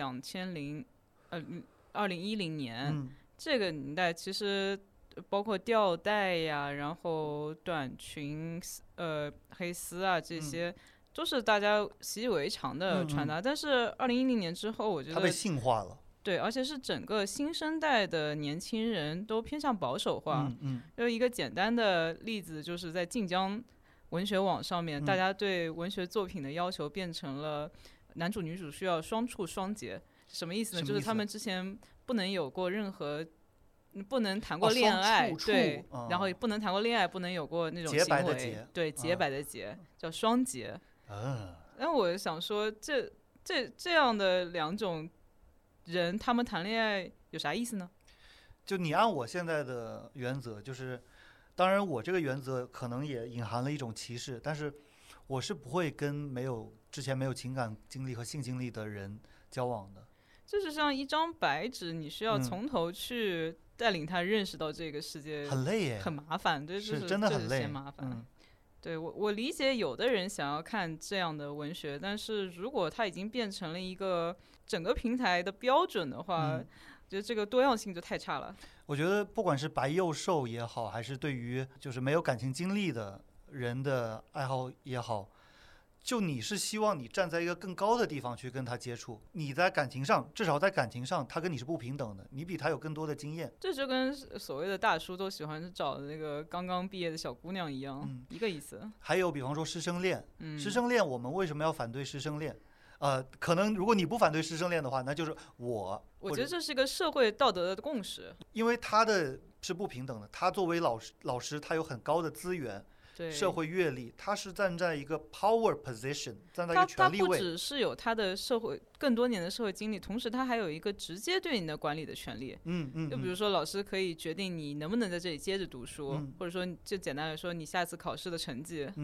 2010年，这个年代其实包括吊带呀，然后短裙、黑丝啊这些。都是大家习以为常的穿搭，但是2010年之后，我觉得它被性化了。 对，而且是整个新生代的年轻人都偏向保守化。就一个简单的例子，就是在晋江文学网上面，大家对文学作品的要求变成了男主女主需要双处双节，什么意思呢？就是他们之前不能有过任何。不能谈过恋爱，对，然后也不能谈过恋爱，不能有过那种行为，对，洁白的洁，叫双洁。但我想说，这样的2种人，他们谈恋爱有啥意思呢？ 就你按我现在的原则，就是当然我这个原则可能也隐含了一种歧视，但是我是不会跟之前没有情感经历和性经历的人交往的。 就是像一张白纸，你需要从头去带领他认识到这个世界， 很累耶， 很麻烦，对， 是真的很累， 嫌麻烦。对，我理解有的人想要看这样的文学，但是如果它已经变成了一个整个平台的标准的话，觉得这个多样性就太差了。 我觉得不管是白幼瘦也好，还是对于就是没有感情经历的人的爱好也好，就你是希望你站在一个更高的地方去跟他接触，你在感情上，至少在感情上，他跟你是不平等的，你比他有更多的经验。 这就跟所谓的大叔都喜欢找那个刚刚毕业的小姑娘一样，一个意思。 还有比方说师生恋，师生恋我们为什么要反对师生恋？可能如果你不反对师生恋的话，那就是我觉得这是一个社会道德的共识， 因为他的是不平等的，他作为老师他有很高的资源。社会阅历，他是站在一个 power position， 站在一个权力位。 他不只是有他的更多年的社会经历，同时他还有一个直接对你的管理的权利。就比如说老师可以决定你能不能在这里接着读书，或者说就简单来说你下次考试的成绩。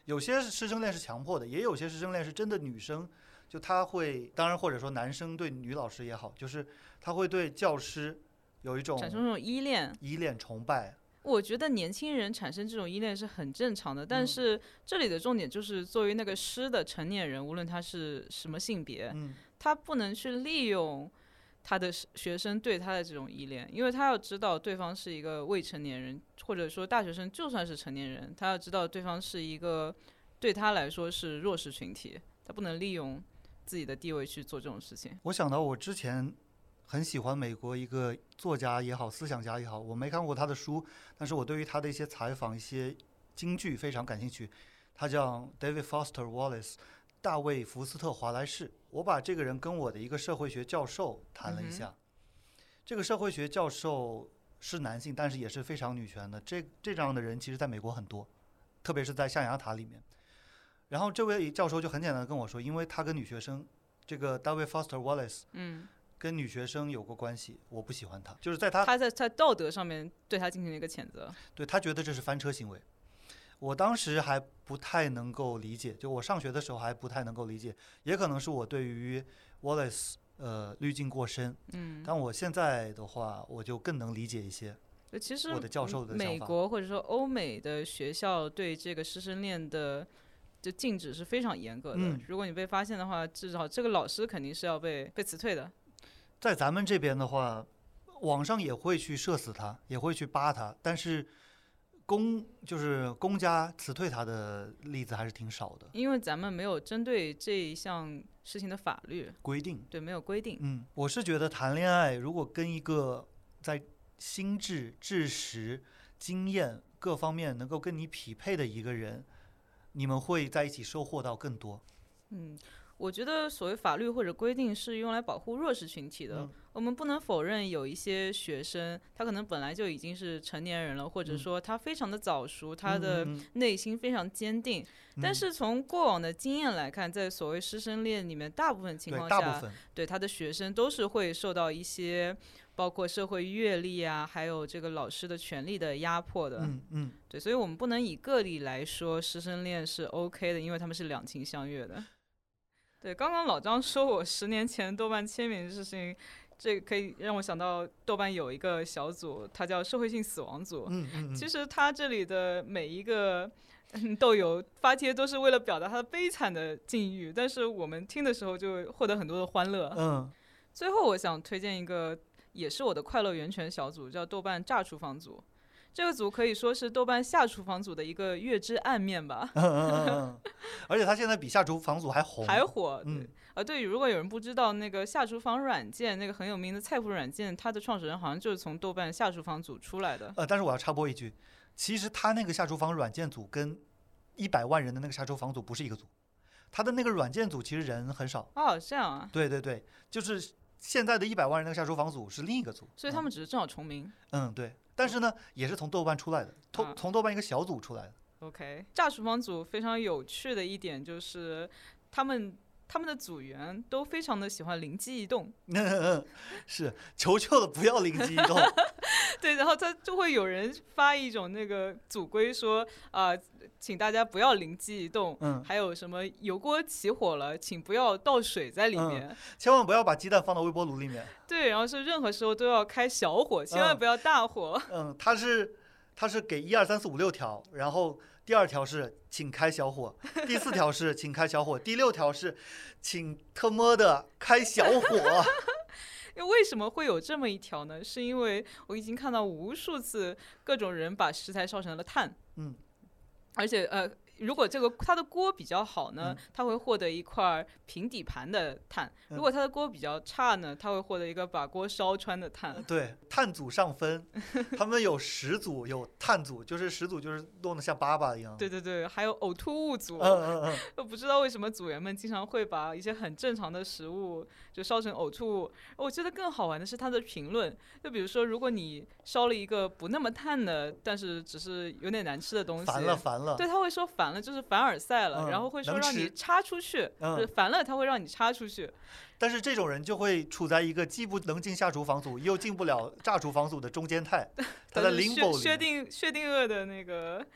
有些师生恋是强迫的，也有些师生恋是真的女生，就她会，当然或者说男生对女老师也好，就是他会对教师有一种产生这种依恋崇拜。 我觉得年轻人产生这种依恋是很正常的，但是这里的重点就是作为那个师的成年人，无论他是什么性别，他不能去利用他的学生对他的这种依恋，因为他要知道对方是一个未成年人，或者说大学生就算是成年人，他要知道对方是一个对他来说是弱势群体，他不能利用自己的地位去做这种事情。 我想到我之前很喜欢美国一个作家也好，思想家也好，我没看过他的书，但是我对于他的一些采访、一些金句非常感兴趣。他叫 David Foster Wallace， 大卫·福斯特·华莱士。我把这个人跟我的一个社会学教授谈了一下。这个社会学教授是男性，但是也是非常女权的。这样的人其实在美国很多，特别是在象牙塔里面。然后这位教授就很简单的跟我说，因为他跟女学生，这个 David Foster Wallace，跟女学生有过关系，我不喜欢他，就是在道德上面对他进行了一个谴责， 对他觉得这是翻车行为。我当时还不太能够理解，就我上学的时候还不太能够理解，也可能是我对于 Wallace 滤镜过深，但我现在的话我就更能理解一些。 其实我的教授的想法， 美国或者说欧美的学校对这个师生恋的禁止是非常严格的，如果你被发现的话，至少这个老师肯定是要被辞退的。 在咱们这边的话，网上也会去社死他，也会去扒他，但是就是公家辞退他的例子还是挺少的， 因为咱们没有针对这一项事情的法律规定， 对，没有规定。 我是觉得谈恋爱如果跟一个在心智、知识、经验各方面能够跟你匹配的一个人，你们会在一起收获到更多。 我觉得所谓法律或者规定是用来保护弱势群体的，我们不能否认有一些学生他可能本来就已经是成年人了，或者说他非常的早熟，他的内心非常坚定，但是从过往的经验来看，在所谓师生恋里面，大部分情况下对他的学生都是会受到一些包括社会阅历啊，还有这个老师的权利的压迫的。对，所以我们不能以个例来说师生恋是 OK 的，因为他们是两情相悦的。对，刚刚老张说我10年前豆瓣签名的事情，这可以让我想到豆瓣有一个小组，它叫社会性死亡组。其实它这里的每一个豆友发帖都是为了表达他的悲惨的境遇，但是我们听的时候就获得很多的欢乐。最后我想推荐一个也是我的快乐源泉小组，叫豆瓣炸厨房组。这个组可以说是豆瓣下厨房组的一个月之暗面吧。 而且他现在比下厨房组还火。对，如果有人不知道，那个下厨房软件，那个很有名的菜谱软件，它的创始人好像就是从豆瓣下厨房组出来的。 但是我要插播一句，其实他那个下厨房软件组跟100万人的那个下厨房组不是一个组，他的那个软件组其实人很少。 这样啊？ 对对对，就是现在的100万人那个下厨房组是另一个组， 所以他们只是正好重名。 对。但是呢，也是从豆瓣出来的，从豆瓣一个小组出来的。 OK， 炸厨房组非常有趣的一点就是他们的组员都非常的喜欢灵机一动。 是，求求了不要灵机一动。 对，然后他就会有人发一种那个组规说请大家不要灵机一动，还有什么油锅起火了，请不要倒水在里面， 千万不要把鸡蛋放到微波炉里面。 对，然后是任何时候都要开小火，千万不要大火。 他是给1、2、3、4、5、6条，然后第2条是请开小火，第4条是请开小火，第6条是请他妈的开小火。 为什么会有这么一条呢？是因为我已经看到无数次各种人把食材烧成了炭。而且如果它的锅比较好呢，它会获得一块平底盘的炭；如果它的锅比较差呢，它会获得一个把锅烧穿的炭。 对，炭组上分，他们有10组，有炭组，就是10组就是弄得像粑粑一样。 对对对，还有呕吐物组。不知道为什么组员们经常会把一些很正常的食物就烧成呕吐物。我觉得更好玩的是他的评论，就比如说，如果你烧了一个不那么炭的，但是只是有点难吃的东西， 烦了， 对，他会说烦了，就是凡尔赛了，然后会说让你插出去，烦了他会让你插出去。 但是这种人就会处在一个既不能进下厨房组又进不了炸厨房组的中间态，他在 limbo 里。 薛定谔的那个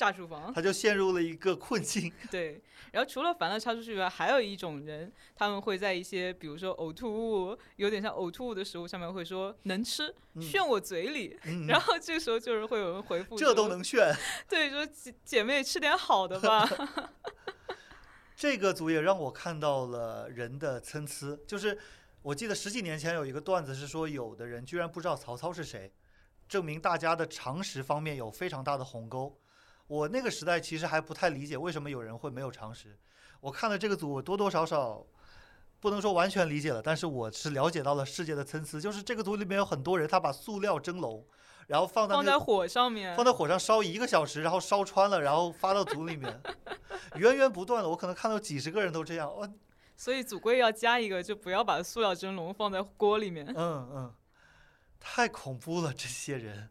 炸厨房， 他就陷入了一个困境。 对，然后除了烦乐插出去以外，还有一种人，他们会在一些比如说呕吐物，有点像呕吐物的食物上面会说能吃，炫我嘴里。然后这个时候就是会有人回复这都能炫？ 对，说姐妹吃点好的吧。 这个组也让我看到了人的参差，就是我记得10几年前有一个段子是说，有的人居然不知道曹操是谁，证明大家的常识方面有非常大的鸿沟。我那个时代其实还不太理解为什么有人会没有常识。我看了这个组，我多多少少不能说完全理解了，但是我是了解到了世界的参差。就是这个组里面有很多人，他把塑料蒸笼，然后放在火上面， 放在火上烧1个小时，然后烧穿了，然后发到组里面，源源不断的。我可能看到几十个人都这样。 所以组规要加一个，就不要把塑料蒸笼放在锅里面。 太恐怖了，这些人。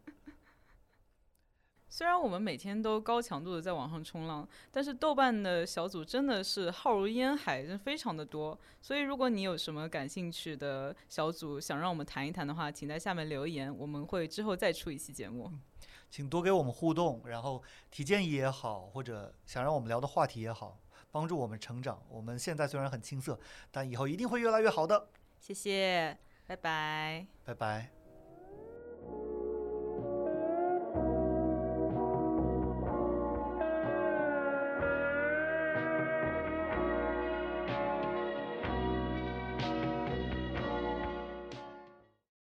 虽然我们每天都高强度的在网上冲浪，但是豆瓣的小组真的是浩如烟海，真非常的多。所以如果你有什么感兴趣的小组想让我们谈一谈的话，请在下面留言，我们会之后再出一期节目。 请多给我们互动，然后提建议也好，或者想让我们聊的话题也好，帮助我们成长。我们现在虽然很青涩，但以后一定会越来越好的。 谢谢，拜拜。 拜拜。